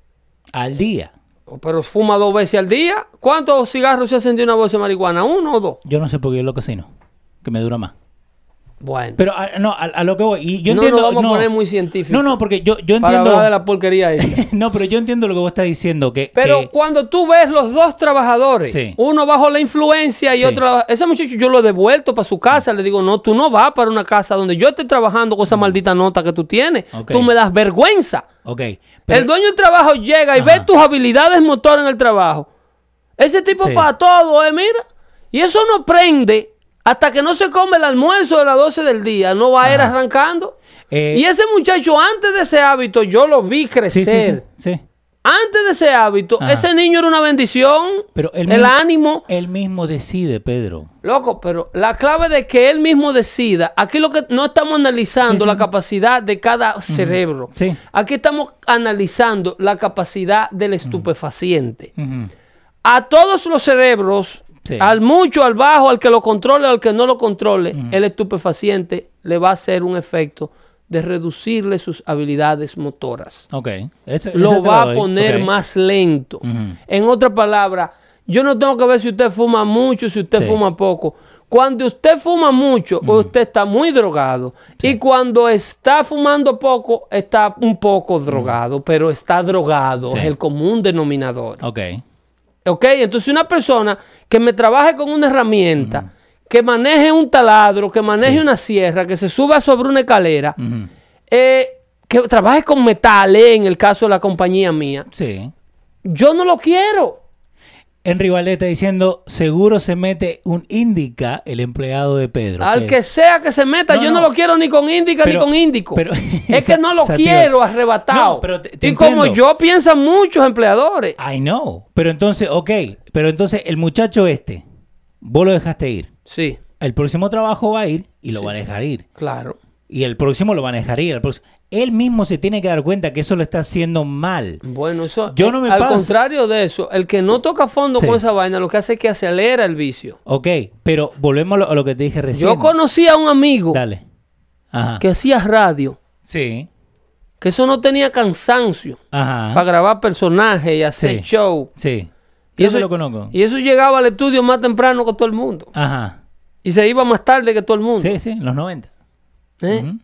¿Al día? Pero fuma dos veces al día. ¿Cuántos cigarros se hacen de una bolsa de marihuana? ¿Uno o dos? Yo no sé por qué yo lo cocino. Que me dura más. Bueno. Pero a, no, a, a lo que voy. Y yo no entiendo, nos vamos no, a poner muy científicos. No, no, porque yo, yo entiendo. Para hablar de la porquería esa. No, pero yo entiendo lo que vos estás diciendo. Que, pero que... cuando tú ves los dos trabajadores, sí. uno bajo la influencia y sí. otro. Ese muchacho yo lo he devuelto para su casa. Le digo, no, tú no vas para una casa donde yo esté trabajando con esa maldita nota que tú tienes. Okay. Tú me das vergüenza. Okay. Pero... El dueño del trabajo llega y Ajá. ve tus habilidades motoras en el trabajo. Ese tipo sí. para todo, eh, mira. Y eso no prende. Hasta que no se come el almuerzo de las doce del día, no va a ir arrancando. Eh, y ese muchacho, antes de ese hábito, yo lo vi crecer. Sí, sí, sí, sí. Antes de ese hábito, Ajá. ese niño era una bendición. Pero él el mismo, ánimo. Él mismo decide, Pedro. Loco, pero la clave de que él mismo decida, aquí lo que no estamos analizando sí, sí. la capacidad de cada uh-huh. cerebro. Sí. Aquí estamos analizando la capacidad del estupefaciente. Uh-huh. A todos los cerebros... Sí. Al mucho, al bajo, al que lo controle, al que no lo controle, uh-huh. el estupefaciente le va a hacer un efecto de reducirle sus habilidades motoras. Okay. Ese, lo ese va lo a poner okay. más lento. Uh-huh. En otras palabras, yo no tengo que ver si usted fuma mucho, si usted sí. fuma poco. Cuando usted fuma mucho, uh-huh. usted está muy drogado. Sí. Y cuando está fumando poco, está un poco drogado, uh-huh. pero está drogado. Sí. Es el común denominador. Okay. Ok, entonces una persona que me trabaje con una herramienta, uh-huh. que maneje un taladro, que maneje sí. una sierra, que se suba sobre una escalera, uh-huh. eh, que trabaje con metales, en el caso de la compañía mía, sí. yo no lo quiero. Henry Valdés está diciendo, seguro se mete un Indica el empleado de Pedro. Al que, que sea que se meta, no, yo no. no lo quiero ni con Indica pero, ni con Índico. Pero, es que no lo Sativo. quiero arrebatado. No, pero te, te y entiendo. Como yo piensan muchos empleadores. I know. Pero entonces, ok. Pero entonces el muchacho este, vos lo dejaste ir. Sí. El próximo trabajo va a ir y lo sí. va a dejar ir. Claro. Y el próximo lo van a dejar ir. El próximo. Él mismo se tiene que dar cuenta que eso lo está haciendo mal. Bueno, eso yo no me al paso. contrario de eso, el que no toca fondo sí. con esa vaina, lo que hace es que acelera el vicio. Ok, pero volvemos a lo, a lo que te dije recién. Yo conocí a un amigo Dale. Ajá. que hacía radio. Sí. Que eso no tenía cansancio Ajá. para grabar personajes y hacer sí. show. Sí. Y eso, lo conozco. y eso llegaba al estudio más temprano que todo el mundo. Ajá. Y se iba más tarde que todo el mundo. Sí, sí, en los noventa. ¿Eh? Uh-huh.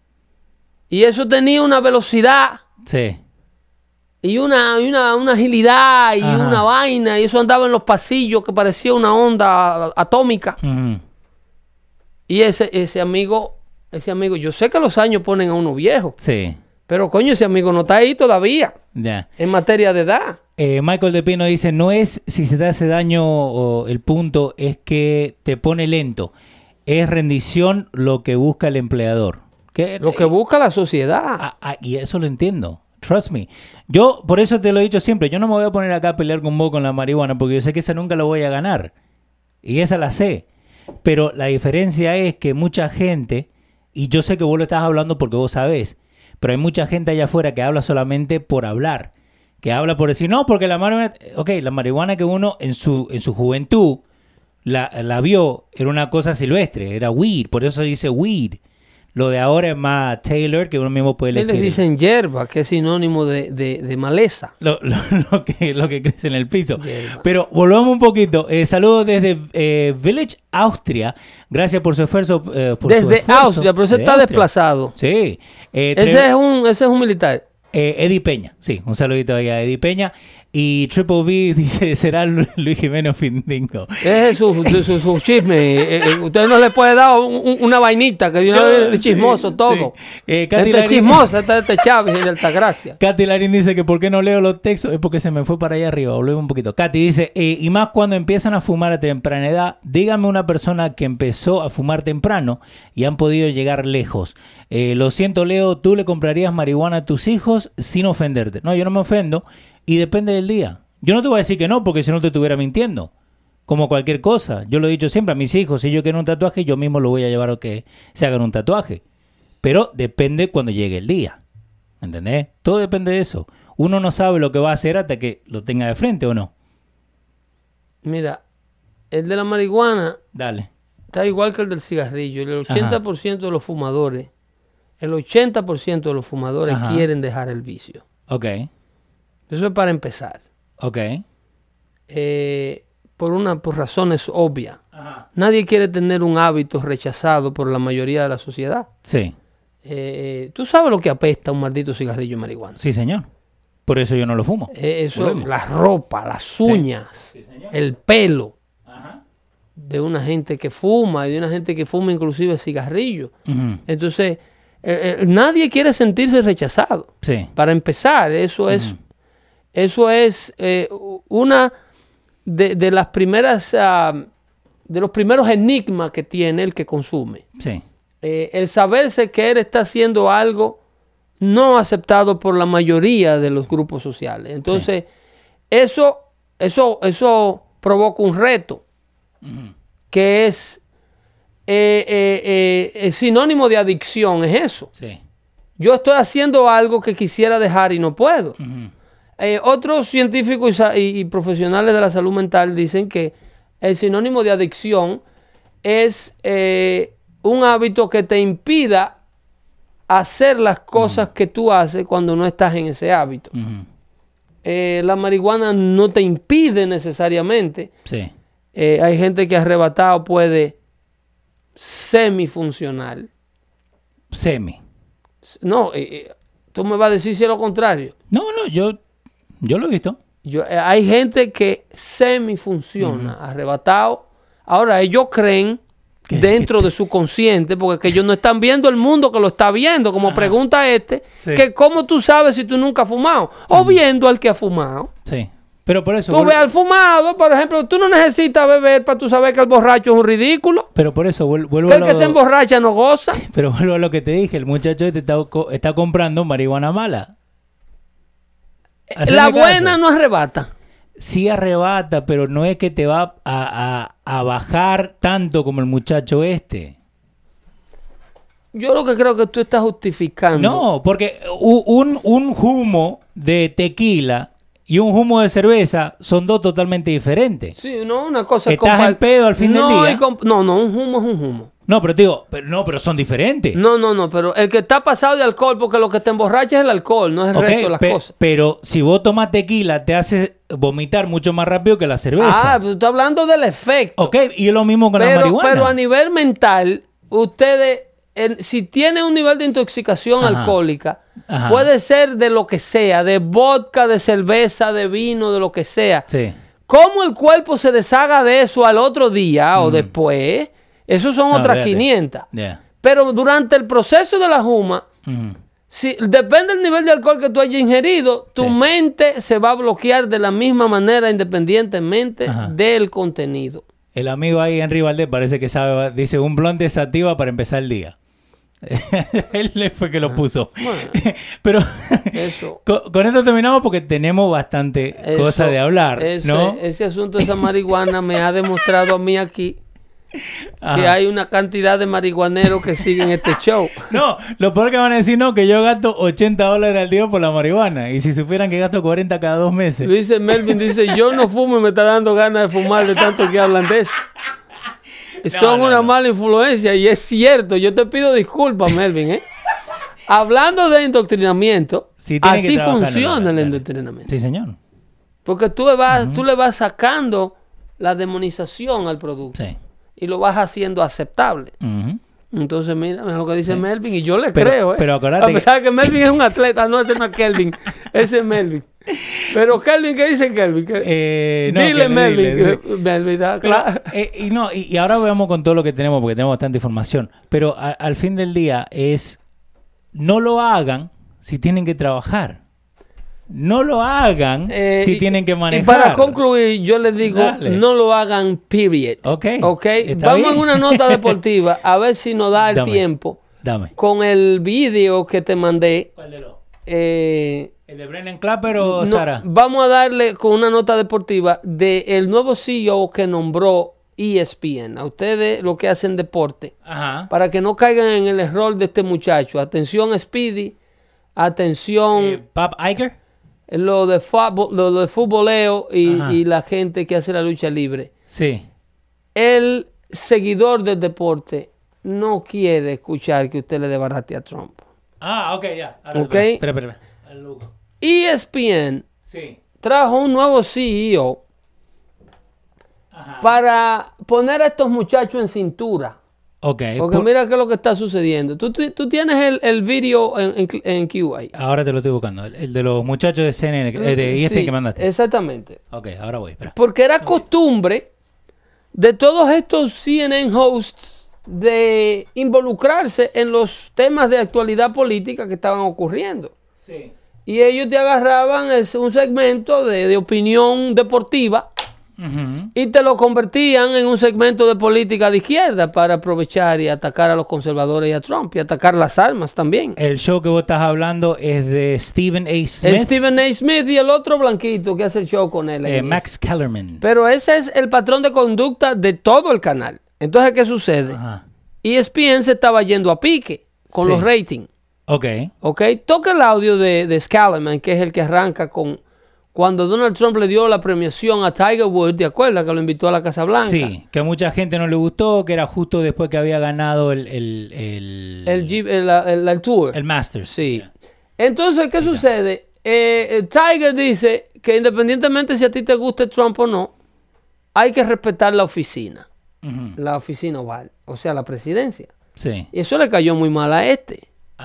Y eso tenía una velocidad. Sí. Y una, y una, una agilidad y Ajá. una vaina. Y eso andaba en los pasillos que parecía una onda atómica. Uh-huh. Y ese, ese amigo, ese amigo, yo sé que los años ponen a uno viejo. Sí. Pero coño, ese amigo no está ahí todavía. Yeah. En materia de edad. Eh, Michael de Pino dice, no es si se te hace daño o el punto, es que te pone lento. Es rendición lo que busca el empleador. ¿Qué? Lo que busca la sociedad. Ah, ah, y eso lo entiendo. Trust me. Yo, por eso te lo he dicho siempre, yo no me voy a poner acá a pelear con vos con la marihuana, porque yo sé que esa nunca la voy a ganar. Y esa la sé. Pero la diferencia es que mucha gente, y yo sé que vos lo estás hablando porque vos sabés, pero hay mucha gente allá afuera que habla solamente por hablar. Que habla por decir, no, porque la marihuana... Ok, la marihuana que uno en su, en su juventud la, la vio era una cosa silvestre, era weed, por eso dice weed. Lo de ahora es más Taylor, que uno mismo puede elegir. Le dicen hierba, que es sinónimo de, de, de maleza. Lo, lo, lo, que, lo que crece en el piso. Hierba. Pero volvamos un poquito. Eh, saludos desde eh, Village, Austria. Gracias por su esfuerzo. Eh, por desde su esfuerzo. Austria, pero ese está Austria. desplazado. Sí. Eh, ese, tre- es un, ese es un militar. Eh, Eddie Peña. Sí, un saludito ahí a Eddie Peña. Y Triple B dice, será Luis Jiménez Findingo. Es su, su, su, su chisme. Eh, eh, usted no le puede dar un, un, una vainita que de una vez es chismoso sí, todo. Sí. Eh, este Larín, es chismoso, este, este Chávez y de Altagracia. Katy Larín dice que por qué no leo los textos, es porque se me fue para allá arriba. Volvemos un poquito. Katy dice, eh, y más cuando empiezan a fumar a temprana edad, dígame una persona que empezó a fumar temprano y han podido llegar lejos. Eh, lo siento, Leo, ¿tú le comprarías marihuana a tus hijos sin ofenderte? No, yo no me ofendo. Y depende del día. Yo no te voy a decir que no, porque si no te estuviera mintiendo. Como cualquier cosa. Yo lo he dicho siempre a mis hijos. Si yo quiero un tatuaje, yo mismo lo voy a llevar a que se hagan un tatuaje. Pero depende cuando llegue el día. ¿Entendés? Todo depende de eso. Uno no sabe lo que va a hacer hasta que lo tenga de frente o no. Mira, el de la marihuana... Dale. Está igual que el del cigarrillo. El ochenta por ciento Ajá. de los fumadores, el ochenta por ciento de los fumadores Ajá. quieren dejar el vicio. Ok. Eso es para empezar. Ok. Eh, por una por razones obvias. Ajá. Nadie quiere tener un hábito rechazado por la mayoría de la sociedad. Sí. Eh, ¿Tú sabes lo que apesta un maldito cigarrillo de marihuana? Sí, señor. Por eso yo no lo fumo. Eh, eso, la ropa, las uñas, sí. Sí, el pelo Ajá. de una gente que fuma y de una gente que fuma inclusive cigarrillo. Uh-huh. Entonces, eh, eh, nadie quiere sentirse rechazado. Sí. Para empezar, eso uh-huh. es... Eso es eh, una de, de las primeras, uh, de los primeros enigmas que tiene el que consume. Sí. Eh, el saberse que él está haciendo algo no aceptado por la mayoría de los grupos sociales. Entonces, sí. eso, eso, eso provoca un reto uh-huh. que es eh, eh, eh, el sinónimo de adicción, es eso. Sí. Yo estoy haciendo algo que quisiera dejar y no puedo. Uh-huh. Eh, otros científicos y, y, y profesionales de la salud mental dicen que el sinónimo de adicción es eh, un hábito que te impida hacer las cosas uh-huh. que tú haces cuando no estás en ese hábito. Uh-huh. Eh, la marihuana no te impide necesariamente. Sí. Eh, hay gente que arrebatado puede semifuncional. Semi. No, eh, tú me vas a decir si es lo contrario. No, no, yo... Yo lo he visto. Yo, eh, hay gente que semifunciona, uh-huh. arrebatado. Ahora, ellos creen dentro de su consciente, porque que ellos no están viendo el mundo que lo está viendo, como Ajá. pregunta este, sí. que cómo tú sabes si tú nunca has fumado, o uh-huh. viendo al que ha fumado. Sí, pero por eso... Tú vuelvo... ves al fumado, por ejemplo, tú no necesitas beber para tú saber que el borracho es un ridículo. Pero por eso vuelvo, vuelvo que a lo... el que se emborracha no goza. Pero vuelvo a lo que te dije, el muchacho este está, está comprando marihuana mala. La buena caso. No arrebata. Sí arrebata, pero no es que te va a, a, a bajar tanto como el muchacho este. Yo lo que creo que tú estás justificando. No, porque un, un humo de tequila y un humo de cerveza son dos totalmente diferentes. Sí, no, una cosa... Estás compar- en pedo al fin no, del día. Comp- no, no, un humo es un humo. No, pero digo, pero no, pero son diferentes. No, no, no, pero el que está pasado de alcohol, porque lo que te emborracha es el alcohol, no es el okay, resto de las pe- cosas. Pero si vos tomas tequila, te hace vomitar mucho más rápido que la cerveza. Ah, pero estoy hablando del efecto. Ok, y es lo mismo con pero, la marihuana. Pero a nivel mental, ustedes, el, si tienen un nivel de intoxicación Ajá. alcohólica, Ajá. puede ser de lo que sea, de vodka, de cerveza, de vino, de lo que sea. Sí. ¿Cómo el cuerpo se deshaga de eso al otro día mm. o después? Esos son no, otras fíjate. quinientas. Yeah. Pero durante el proceso de la juma, mm. si, depende del nivel de alcohol que tú hayas ingerido, tu sí. mente se va a bloquear de la misma manera independientemente Ajá. del contenido. El amigo ahí, Henry Valdés, parece que sabe, dice, un blond de sativa para empezar el día. Él fue que lo puso. Bueno, pero eso. con, con esto terminamos porque tenemos bastante eso, cosa de hablar, ese, ¿no? Ese asunto de esa marihuana me ha demostrado a mí aquí Ajá. que hay una cantidad de marihuaneros que siguen este show. No, lo peor que van a decir, no, que yo gasto ochenta dólares al día por la marihuana. Y si supieran que gasto cuarenta cada dos meses. Dice Melvin, dice, yo no fumo y me está dando ganas de fumar de tanto que hablan de eso. No, Son no, una no. mala influencia y es cierto. Yo te pido disculpas, Melvin, ¿eh? Hablando de indoctrinamiento, sí, así funciona el indoctrinamiento. Sí, señor. Porque tú le vas, uh-huh. tú le vas sacando la demonización al producto. Sí. Y lo vas haciendo aceptable. Uh-huh. Entonces, mira, mira lo que dice sí. Melvin, y yo le pero, creo, ¿eh? Pero a pesar de que Melvin es un atleta, no, ese no es Kelvin, ese es Melvin. Pero Kelvin, ¿qué dice Kelvin? Eh, no, dile, que, Melvin. dile, que, Melvin da, Pero, claro. eh, y, no, y, y ahora veamos con todo lo que tenemos, porque tenemos bastante información. Pero a, al fin del día es, no lo hagan si tienen que trabajar. No lo hagan eh, si y, tienen que manejar. Y para concluir, yo les digo, Dale. no lo hagan, period. Ok. okay? Vamos bien. En una nota deportiva, a ver si nos da el Dame. tiempo. Dame. Con el vídeo que te mandé. ¿Cuál de los? Eh, ¿El de Brennan Clapper o no, Sara? Vamos a darle con una nota deportiva del nuevo C E O que nombró E S P N. A ustedes lo que hacen deporte. Ajá. Para que no caigan en el error de este muchacho. Atención, Speedy. Atención. Eh, Bob Iger. Lo de, fútbol, lo de futboleo y, y la gente que hace la lucha libre. Sí. El seguidor del deporte no quiere escuchar que usted le desbarate a Trump. Ah, ok, ya. Ahora, ok. Espera, espera, espera. E S P N sí. trajo un nuevo C E O Ajá. para poner a estos muchachos en cintura. Okay, Porque por... mira qué es lo que está sucediendo. Tú, tú, tú tienes el, el video en, en, en Q A. Ahora te lo estoy buscando. El, el de los muchachos de C N N, eh, de E S P N sí, que mandaste. Exactamente. Ok, ahora voy. Espera. Porque era costumbre de todos estos C N N hosts de involucrarse en los temas de actualidad política que estaban ocurriendo. Sí. Y ellos te agarraban un segmento de, de opinión deportiva. Uh-huh. Y te lo convertían en un segmento de política de izquierda para aprovechar y atacar a los conservadores y a Trump y atacar las armas también. El show que vos estás hablando es de Stephen A. Smith. Es Stephen A. Smith y el otro blanquito que hace el show con él. Eh, Max Kellerman. Pero ese es el patrón de conducta de todo el canal. Entonces, ¿qué sucede? Uh-huh. E S P N se estaba yendo a pique con sí. los ratings. Ok. Ok. Toca el audio de, de Kellerman, que es el que arranca con... Cuando Donald Trump le dio la premiación a Tiger Woods, ¿te acuerdas que lo invitó a la Casa Blanca? Sí, que a mucha gente no le gustó, que era justo después que había ganado el... El, el, el, el, el, el, el Tour. El Masters. Sí. Yeah. Entonces, ¿qué yeah. sucede? Eh, Tiger dice que independientemente si a ti te guste Trump o no, hay que respetar la oficina. Uh-huh. La oficina oval, o sea, la presidencia. Sí. Y eso le cayó muy mal a este.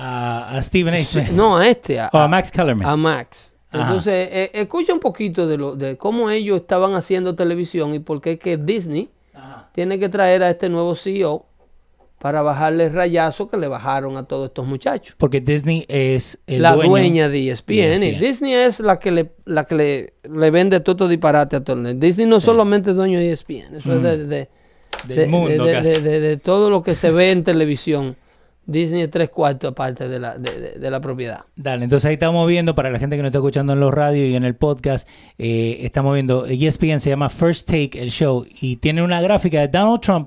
A, a Stephen A. Smith. No, a este. A, o a Max Kellerman. A Max. Entonces, eh, escucha un poquito de, lo, de cómo ellos estaban haciendo televisión y por qué que Disney Ajá. tiene que traer a este nuevo C E O para bajarle el rayazo que le bajaron a todos estos muchachos. Porque Disney es el la dueño dueña de E S P N, E S P N. Y Disney es la que le, la que le, le vende todo disparate a todo el mundo. Disney no sí. solamente es dueño de E S P N, eso mm. es de, de, Del de, mundo de, de, de, de todo lo que se ve en televisión. Disney es tres cuartos aparte de la, de, de, de la propiedad. Dale, entonces ahí estamos viendo, para la gente que nos está escuchando en los radios y en el podcast, eh, estamos viendo, E S P N se llama First Take, el show, y tiene una gráfica de Donald Trump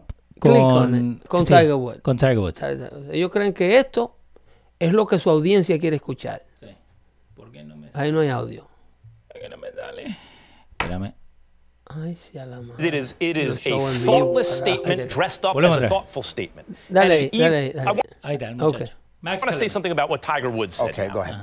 con, con sí, Tiger Woods. Con Tiger Woods. Ellos creen que esto es lo que su audiencia quiere escuchar. Sí. ¿Por qué no me Ahí no hay audio. ¿Por qué no me dale? Espérame. Ay, sí, a la madre. It is, it is a thoughtless statement dressed up as a thoughtful statement. Dale, dale, dale. I want, Ahí está, okay. I want to say something about what Tiger Woods said. Okay, now. go ahead.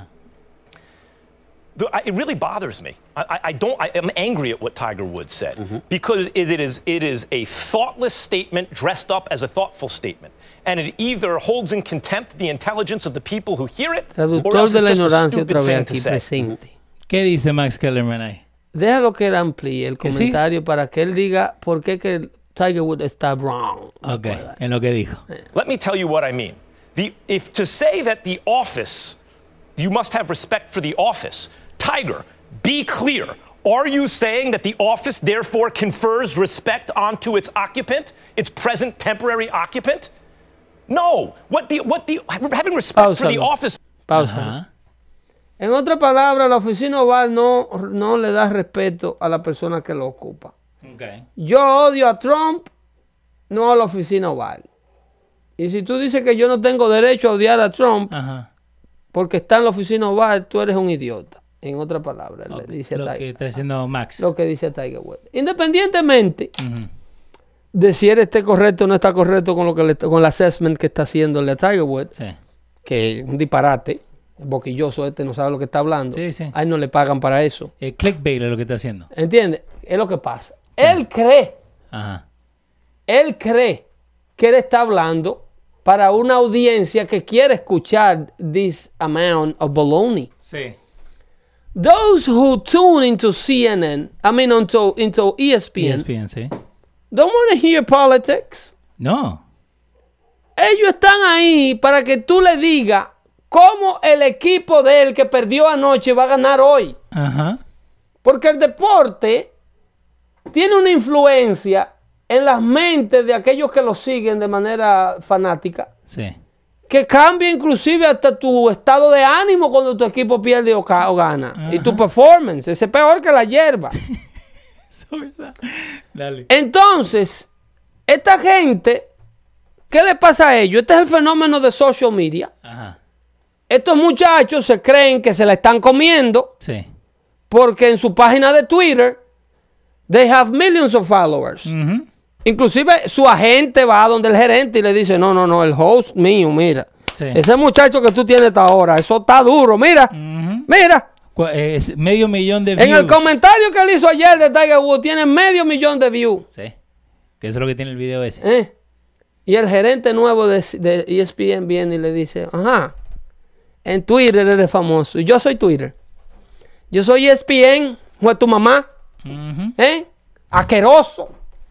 The, I, it really bothers me. I, I don't. I am angry at what Tiger Woods said mm-hmm. because it, it is it is a thoughtless statement dressed up as a thoughtful statement, and it either holds in contempt the intelligence of the people who hear it, Traductor or else de it's la just a ignorancia stupid otra vez thing to aquí say. presente. ¿Qué dice Max Kellerman ahí? Déjalo que él amplíe el comentario sí? para que él diga por qué que Tiger Woods está wrong. Ok, en lo que dijo. Let me tell you what I mean. The, if to say that the office, you must have respect for the office. Tiger, be clear. Are you saying that the office therefore confers respect onto its occupant, its present temporary occupant? No. What the what the having respect Pausalo. for the office. Pausa. Uh-huh. En otras palabras, la oficina oval no, no le da respeto a la persona que lo ocupa. Okay. Yo odio a Trump, no a la oficina oval. Y si tú dices que yo no tengo derecho a odiar a Trump uh-huh. porque está en la oficina oval, tú eres un idiota. En otras palabras, okay. le dice a Lo Tiger. que está diciendo Max. Lo que dice Tiger Woods. Independientemente uh-huh. de si él esté correcto o no está correcto con lo que le, con el assessment que está haciéndole a Tiger Woods, sí. que es un disparate. Boquilloso este no sabe lo que está hablando. Sí, sí. A él no le pagan para eso. El clickbait es lo que está haciendo. ¿Entiendes? Es lo que pasa. Sí. Él cree. Ajá. Él cree que él está hablando para una audiencia que quiere escuchar this amount of baloney. Sí. those who tune into C N N, I mean into, into E S P N, E S P N, sí. don't want to hear politics. No. Ellos están ahí para que tú le digas cómo el equipo de él que perdió anoche va a ganar hoy. Ajá. Porque el deporte tiene una influencia en las mentes de aquellos que lo siguen de manera fanática. Sí. Que cambia inclusive hasta tu estado de ánimo cuando tu equipo pierde o, ca- o gana. Ajá. Y tu performance. Ese es peor que la hierba. Dale. Entonces, esta gente, ¿qué le pasa a ellos? Este es el fenómeno de social media. Ajá. Estos muchachos se creen que se la están comiendo. Sí. Porque en su página de Twitter, they have millions of followers. Uh-huh. Inclusive su agente va a donde el gerente y le dice, no, no, no, el host mío, mira. Sí. Ese muchacho que tú tienes hasta ahora, eso está duro, mira. Uh-huh. Mira. Es medio millón de views. En el comentario que él hizo ayer de Tiger Woods, tiene medio millón de views. Sí. Que eso es lo que tiene el video ese. ¿Eh? Y el gerente nuevo de, de E S P N viene y le dice, ajá, en Twitter eres famoso. Y yo soy Twitter. Yo soy E S P N, o tu mamá. Uh-huh. ¿Eh? Asqueroso.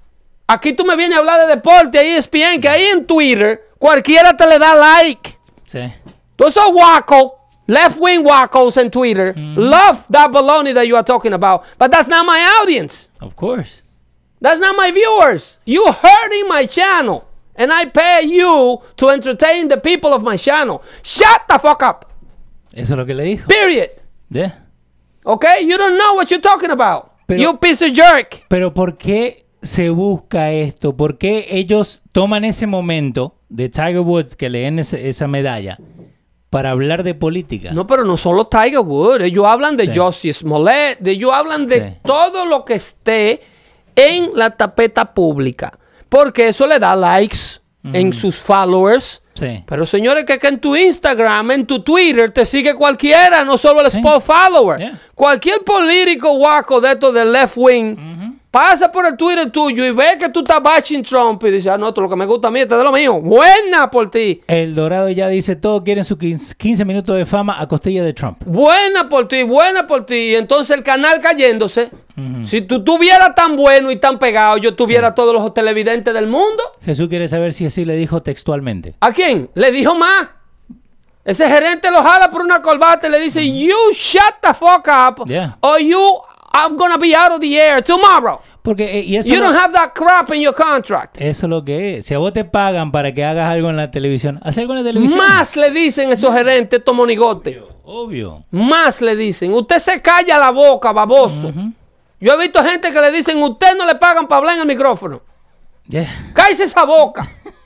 Aquí tú me vienes a hablar de deporte a E S P N, que ahí en Twitter cualquiera te le da like. Sí. Todos esos guacos, left wing guacos en Twitter, mm-hmm. love that baloney that you are talking about. But that's not my audience. Of course. That's not my viewers. You hurting my channel. And I pay you to entertain the people of my channel. Shut the fuck up. Eso es lo que le dijo. Period. Yeah. Okay? You don't know what you're talking about. Pero, you piece of jerk. Pero ¿por qué se busca esto? ¿Por qué ellos toman ese momento de Tiger Woods que le den ese, esa medalla para hablar de política? No, pero no solo Tiger Woods. Ellos hablan de sí. Jussie Smollett. De ellos hablan de sí. todo lo que esté en la tapeta pública. Porque eso le da likes mm. en sus followers. Sí. Pero señores, que, que en tu Instagram, en tu Twitter, te sigue cualquiera, no solo el sí. spot follower. Yeah. Cualquier político guaco de estos del left wing mm-hmm. pasa por el Twitter tuyo y ve que tú estás bashing Trump y dice, ah, no, esto es lo que me gusta a mí, esto es de lo mío. Buena por ti. El Dorado ya dice, todos quieren sus quince minutos de fama a costilla de Trump. Buena por ti, buena por ti. Y entonces el canal cayéndose. Uh-huh. Si tú tuvieras tan bueno y tan pegado, yo tuviera sí. todos los televidentes del mundo. Jesús quiere saber si así le dijo textualmente. ¿A quién? Le dijo más. Ese gerente lo jala por una corbata y le dice, uh-huh. you shut the fuck up yeah. or you I'm gonna be out of the air tomorrow. Porque y eso you lo, don't have that crap in your contract. Eso es lo que es. Si a vos te pagan para que hagas algo en la televisión, haz algo en la televisión. Más le dicen esos gerentes, estos monigotes. Obvio, obvio. Más le dicen. Usted se calla la boca, baboso. Uh-huh. Yo he visto gente que le dicen, usted no le pagan para hablar en el micrófono. Yeah. Cállese esa boca.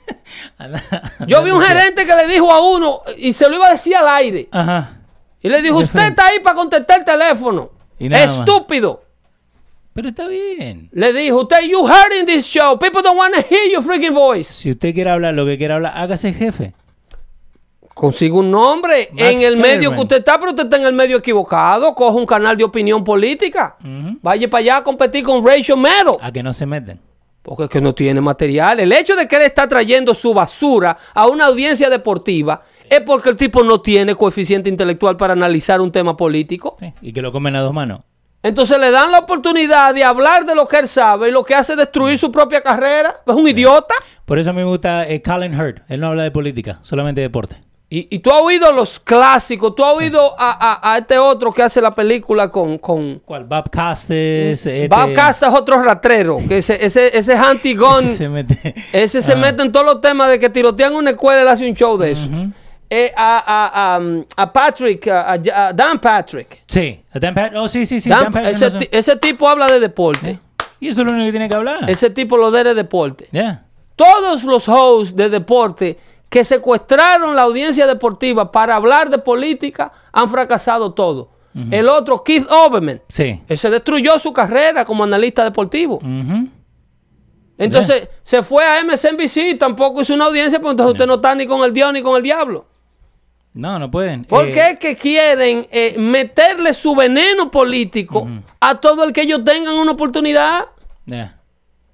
Yo vi un gerente que le dijo a uno, y se lo iba a decir al aire. Ajá. Y le dijo, usted está ahí para contestar el teléfono. Estúpido. Más. Pero está bien. Le dijo, usted, you heard in this show. People don't want to hear your freaking voice. Si usted quiere hablar lo que quiera hablar, hágase jefe. Consiga un nombre Max en el Kellerman. Medio que usted está, pero usted está en el medio equivocado. Coge un canal de opinión política. Uh-huh. Vaya para allá a competir con Rachel Maddow. A que no se meten. Porque es que no tiene material. El hecho de que él está trayendo su basura a una audiencia deportiva sí. es porque el tipo no tiene coeficiente intelectual para analizar un tema político. Sí. Y que lo comen a dos manos. Entonces le dan la oportunidad de hablar de lo que él sabe y lo que hace es destruir su propia carrera. Es un idiota. Por eso a mí me gusta eh, Colin Hurd. Él no habla de política, solamente de deporte. Y, y tú has oído los clásicos. Tú has oído a, a, a este otro que hace la película con... con ¿Cuál? Bob Costas. Este... Bob Costas es otro ratrero. Que ese, ese, ese es anti-gun. Ese se mete, ese se mete en todos los temas de que tirotean una escuela y él hace un show de eso. Uh-huh. Eh, a, a, a, a Patrick, a, a Dan Patrick. Sí, a Dan Patrick. Oh, sí, sí, sí. Dan, Dan Patrick, ese, no t- ese tipo habla de deporte. ¿Eh? Y eso es lo único que tiene que hablar. Ese tipo lo de deporte. Yeah. Todos los hosts de deporte que secuestraron la audiencia deportiva para hablar de política han fracasado todo. Uh-huh. El otro, Keith Olbermann, sí. se destruyó su carrera como analista deportivo. Uh-huh. Entonces yeah. se fue a M S N B C, tampoco hizo una audiencia, porque entonces no. usted no está ni con el Dios ni con el diablo. No, no pueden. ¿Por eh... qué es que quieren eh, meterle su veneno político uh-huh. a todo el que ellos tengan una oportunidad? Yeah.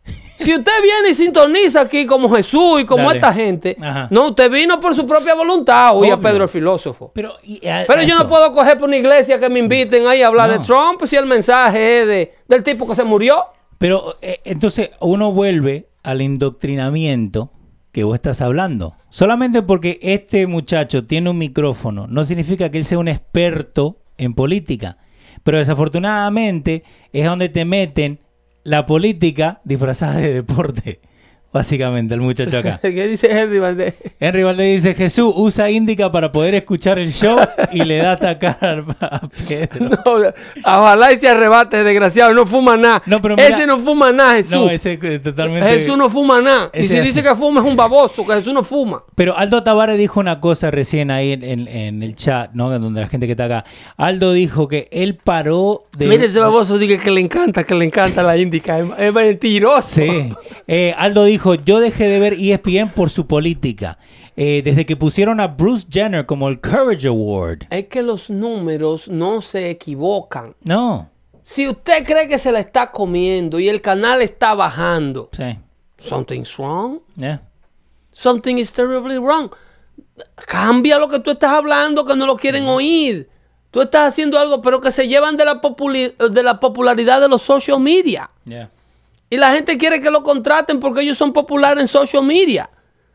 Si usted viene y sintoniza aquí como Jesús y como Dale. esta gente, Ajá. no, usted vino por su propia voluntad, oye a Pedro el filósofo. Pero, y a, Pero yo eso. no puedo coger por una iglesia que me inviten ahí a hablar no. de Trump si el mensaje es de, del tipo que se murió. Pero eh, entonces uno vuelve al indoctrinamiento que vos estás hablando. Solamente porque este muchacho tiene un micrófono no significa que él sea un experto en política. Pero desafortunadamente es donde te meten la política disfrazada de deporte. Básicamente, el muchacho acá. ¿Qué dice Henry Valdez? Henry Valdez dice, Jesús usa Índica para poder escuchar el show y le da atacar a Pedro. No, ojalá y se arrebate, desgraciado. No fuma nada. No, ese no fuma nada, Jesús. No, ese totalmente... Jesús no fuma nada. Y si dice que fuma es un baboso, que Jesús no fuma. Pero Aldo Tavares dijo una cosa recién ahí en, en, en el chat, ¿no? Donde la gente que está acá. Aldo dijo que él paró de... Mire ese baboso, dice que le encanta, que le encanta la Índica. Es, es mentiroso. Sí. Eh, Aldo dijo, yo dejé de ver E S P N por su política. Eh, desde que pusieron a Bruce Jenner como el Courage Award. Es que los números no se equivocan. No. Si usted cree que se la está comiendo y el canal está bajando, sí. something's wrong. Yeah. Something is terribly wrong. Cambia lo que tú estás hablando, que no lo quieren mm-hmm. oír. Tú estás haciendo algo, pero que se llevan de la, populi- de la popularidad de los social media. Yeah. Y la gente quiere que lo contraten porque ellos son populares en social media.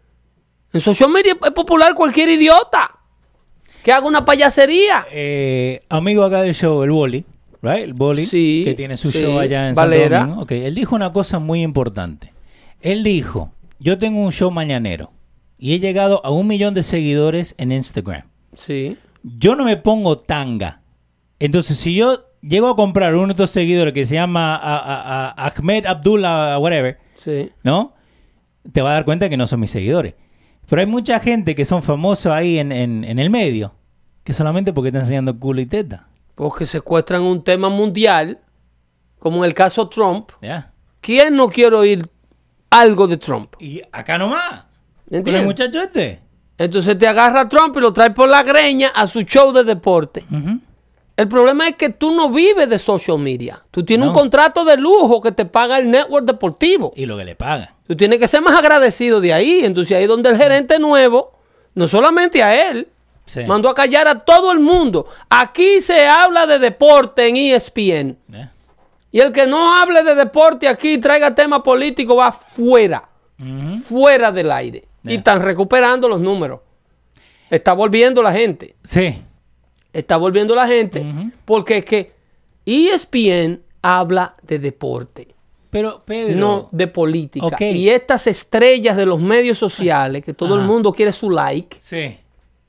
En social media es popular cualquier idiota que haga una payasería. Eh, amigo acá del show, el Boli, right? El Boli, sí, que tiene su sí. show allá en Valera. Santo Domingo. Okay. Él dijo una cosa muy importante. Él dijo, yo tengo un show mañanero y he llegado a un millón de seguidores en Instagram. Sí. Yo no me pongo tanga. Entonces, si yo llego a comprar uno de estos seguidores que se llama a, a, a Ahmed Abdullah, whatever, sí. ¿no? Te vas a dar cuenta que no son mis seguidores. Pero hay mucha gente que son famosos ahí en, en, en el medio, que solamente porque están enseñando culo y teta. Porque secuestran un tema mundial, como en el caso Trump. Yeah. ¿Quién no quiere oír algo de Trump? Y acá nomás. ¿Entiendes? Con el muchacho este. Entonces te agarra a Trump y lo trae por la greña a su show de deporte. Uh-huh. El problema es que tú no vives de social media. Tú tienes no. un contrato de lujo que te paga el network deportivo. Y lo que le paga. Tú tienes que ser más agradecido de ahí. Entonces ahí es donde el gerente nuevo, no solamente a él, sí. mandó a callar a todo el mundo. Aquí se habla de deporte en E S P N. Yeah. Y el que no hable de deporte aquí y traiga tema político va fuera. Uh-huh. Fuera del aire. Yeah. Y están recuperando los números. Está volviendo la gente. Sí. Está volviendo la gente uh-huh. porque es que E S P N habla de deporte. Pero, Pedro... No de política. Okay. Y estas estrellas de los medios sociales, que todo Ajá. el mundo quiere su like. Sí.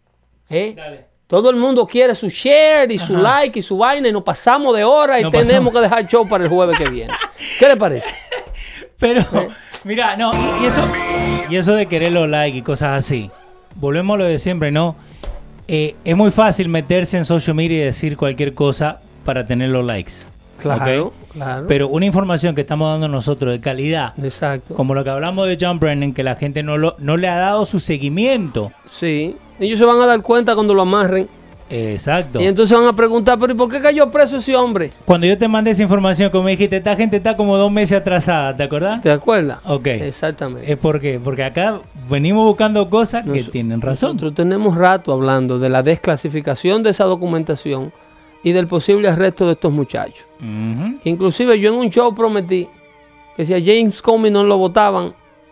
¿eh? Dale. Todo el mundo quiere su share y Ajá. su like y su vaina y nos pasamos de hora y no tenemos pasamos. que dejar el show para el jueves que viene. ¿Qué le parece? Pero, ¿Eh? mira, no, y, y eso y eso de querer los likes y cosas así. Volvemos a lo de siempre, ¿no? Eh, es muy fácil meterse en social media y decir cualquier cosa para tener los likes. Claro, ¿okay? claro. Pero una información que estamos dando nosotros de calidad, exacto, como lo que hablamos de John Brennan, que la gente no, lo, no le ha dado su seguimiento. Sí, ellos se van a dar cuenta cuando lo amarren. Exacto. Y entonces van a preguntar, pero ¿y por qué cayó preso ese hombre? Cuando yo te mandé esa información, como me dijiste, esta gente está como dos meses atrasada, ¿te acordás? ¿Te acuerdas? Ok. Exactamente. ¿Es por qué? Porque acá venimos buscando cosas Nos, que tienen razón. Nosotros tenemos rato hablando de la desclasificación de esa documentación y del posible arresto de estos muchachos. Uh-huh. Inclusive yo en un show prometí que si a James Comey no lo votaban,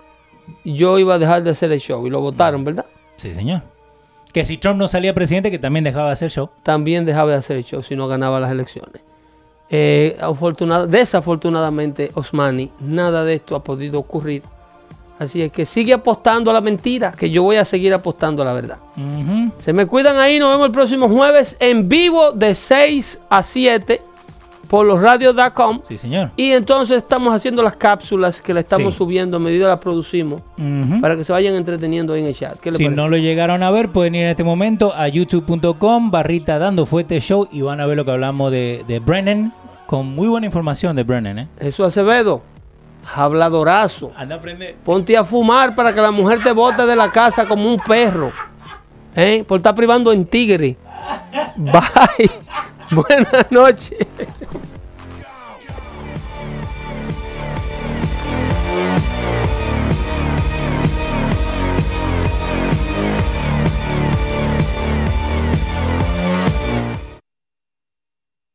yo iba a dejar de hacer el show. Y lo votaron, ¿verdad? Sí, señor. Que si Trump no salía presidente, que también dejaba de hacer show. También dejaba de hacer el show si no ganaba las elecciones. Eh, afortunad- desafortunadamente, Osmani, nada de esto ha podido ocurrir. Así es que sigue apostando a la mentira, que yo voy a seguir apostando a la verdad. Uh-huh. Se me cuidan ahí, nos vemos el próximo jueves en vivo de seis a siete por los radios punto com. Sí, señor. Y entonces estamos haciendo las cápsulas que la estamos sí. subiendo a medida las producimos uh-huh. para que se vayan entreteniendo ahí en el chat. ¿Qué le si parece? no lo llegaron a ver, pueden ir en este momento a youtube punto com barrita dando fuerte show y van a ver lo que hablamos de, de Brennan, con muy buena información de Brennan. ¿eh? Jesús Acevedo, habladorazo. Anda a aprender. Ponte a fumar para que la mujer te bote de la casa como un perro. ¿Eh? Por estar privando en tigre. Bye. Buenas noches.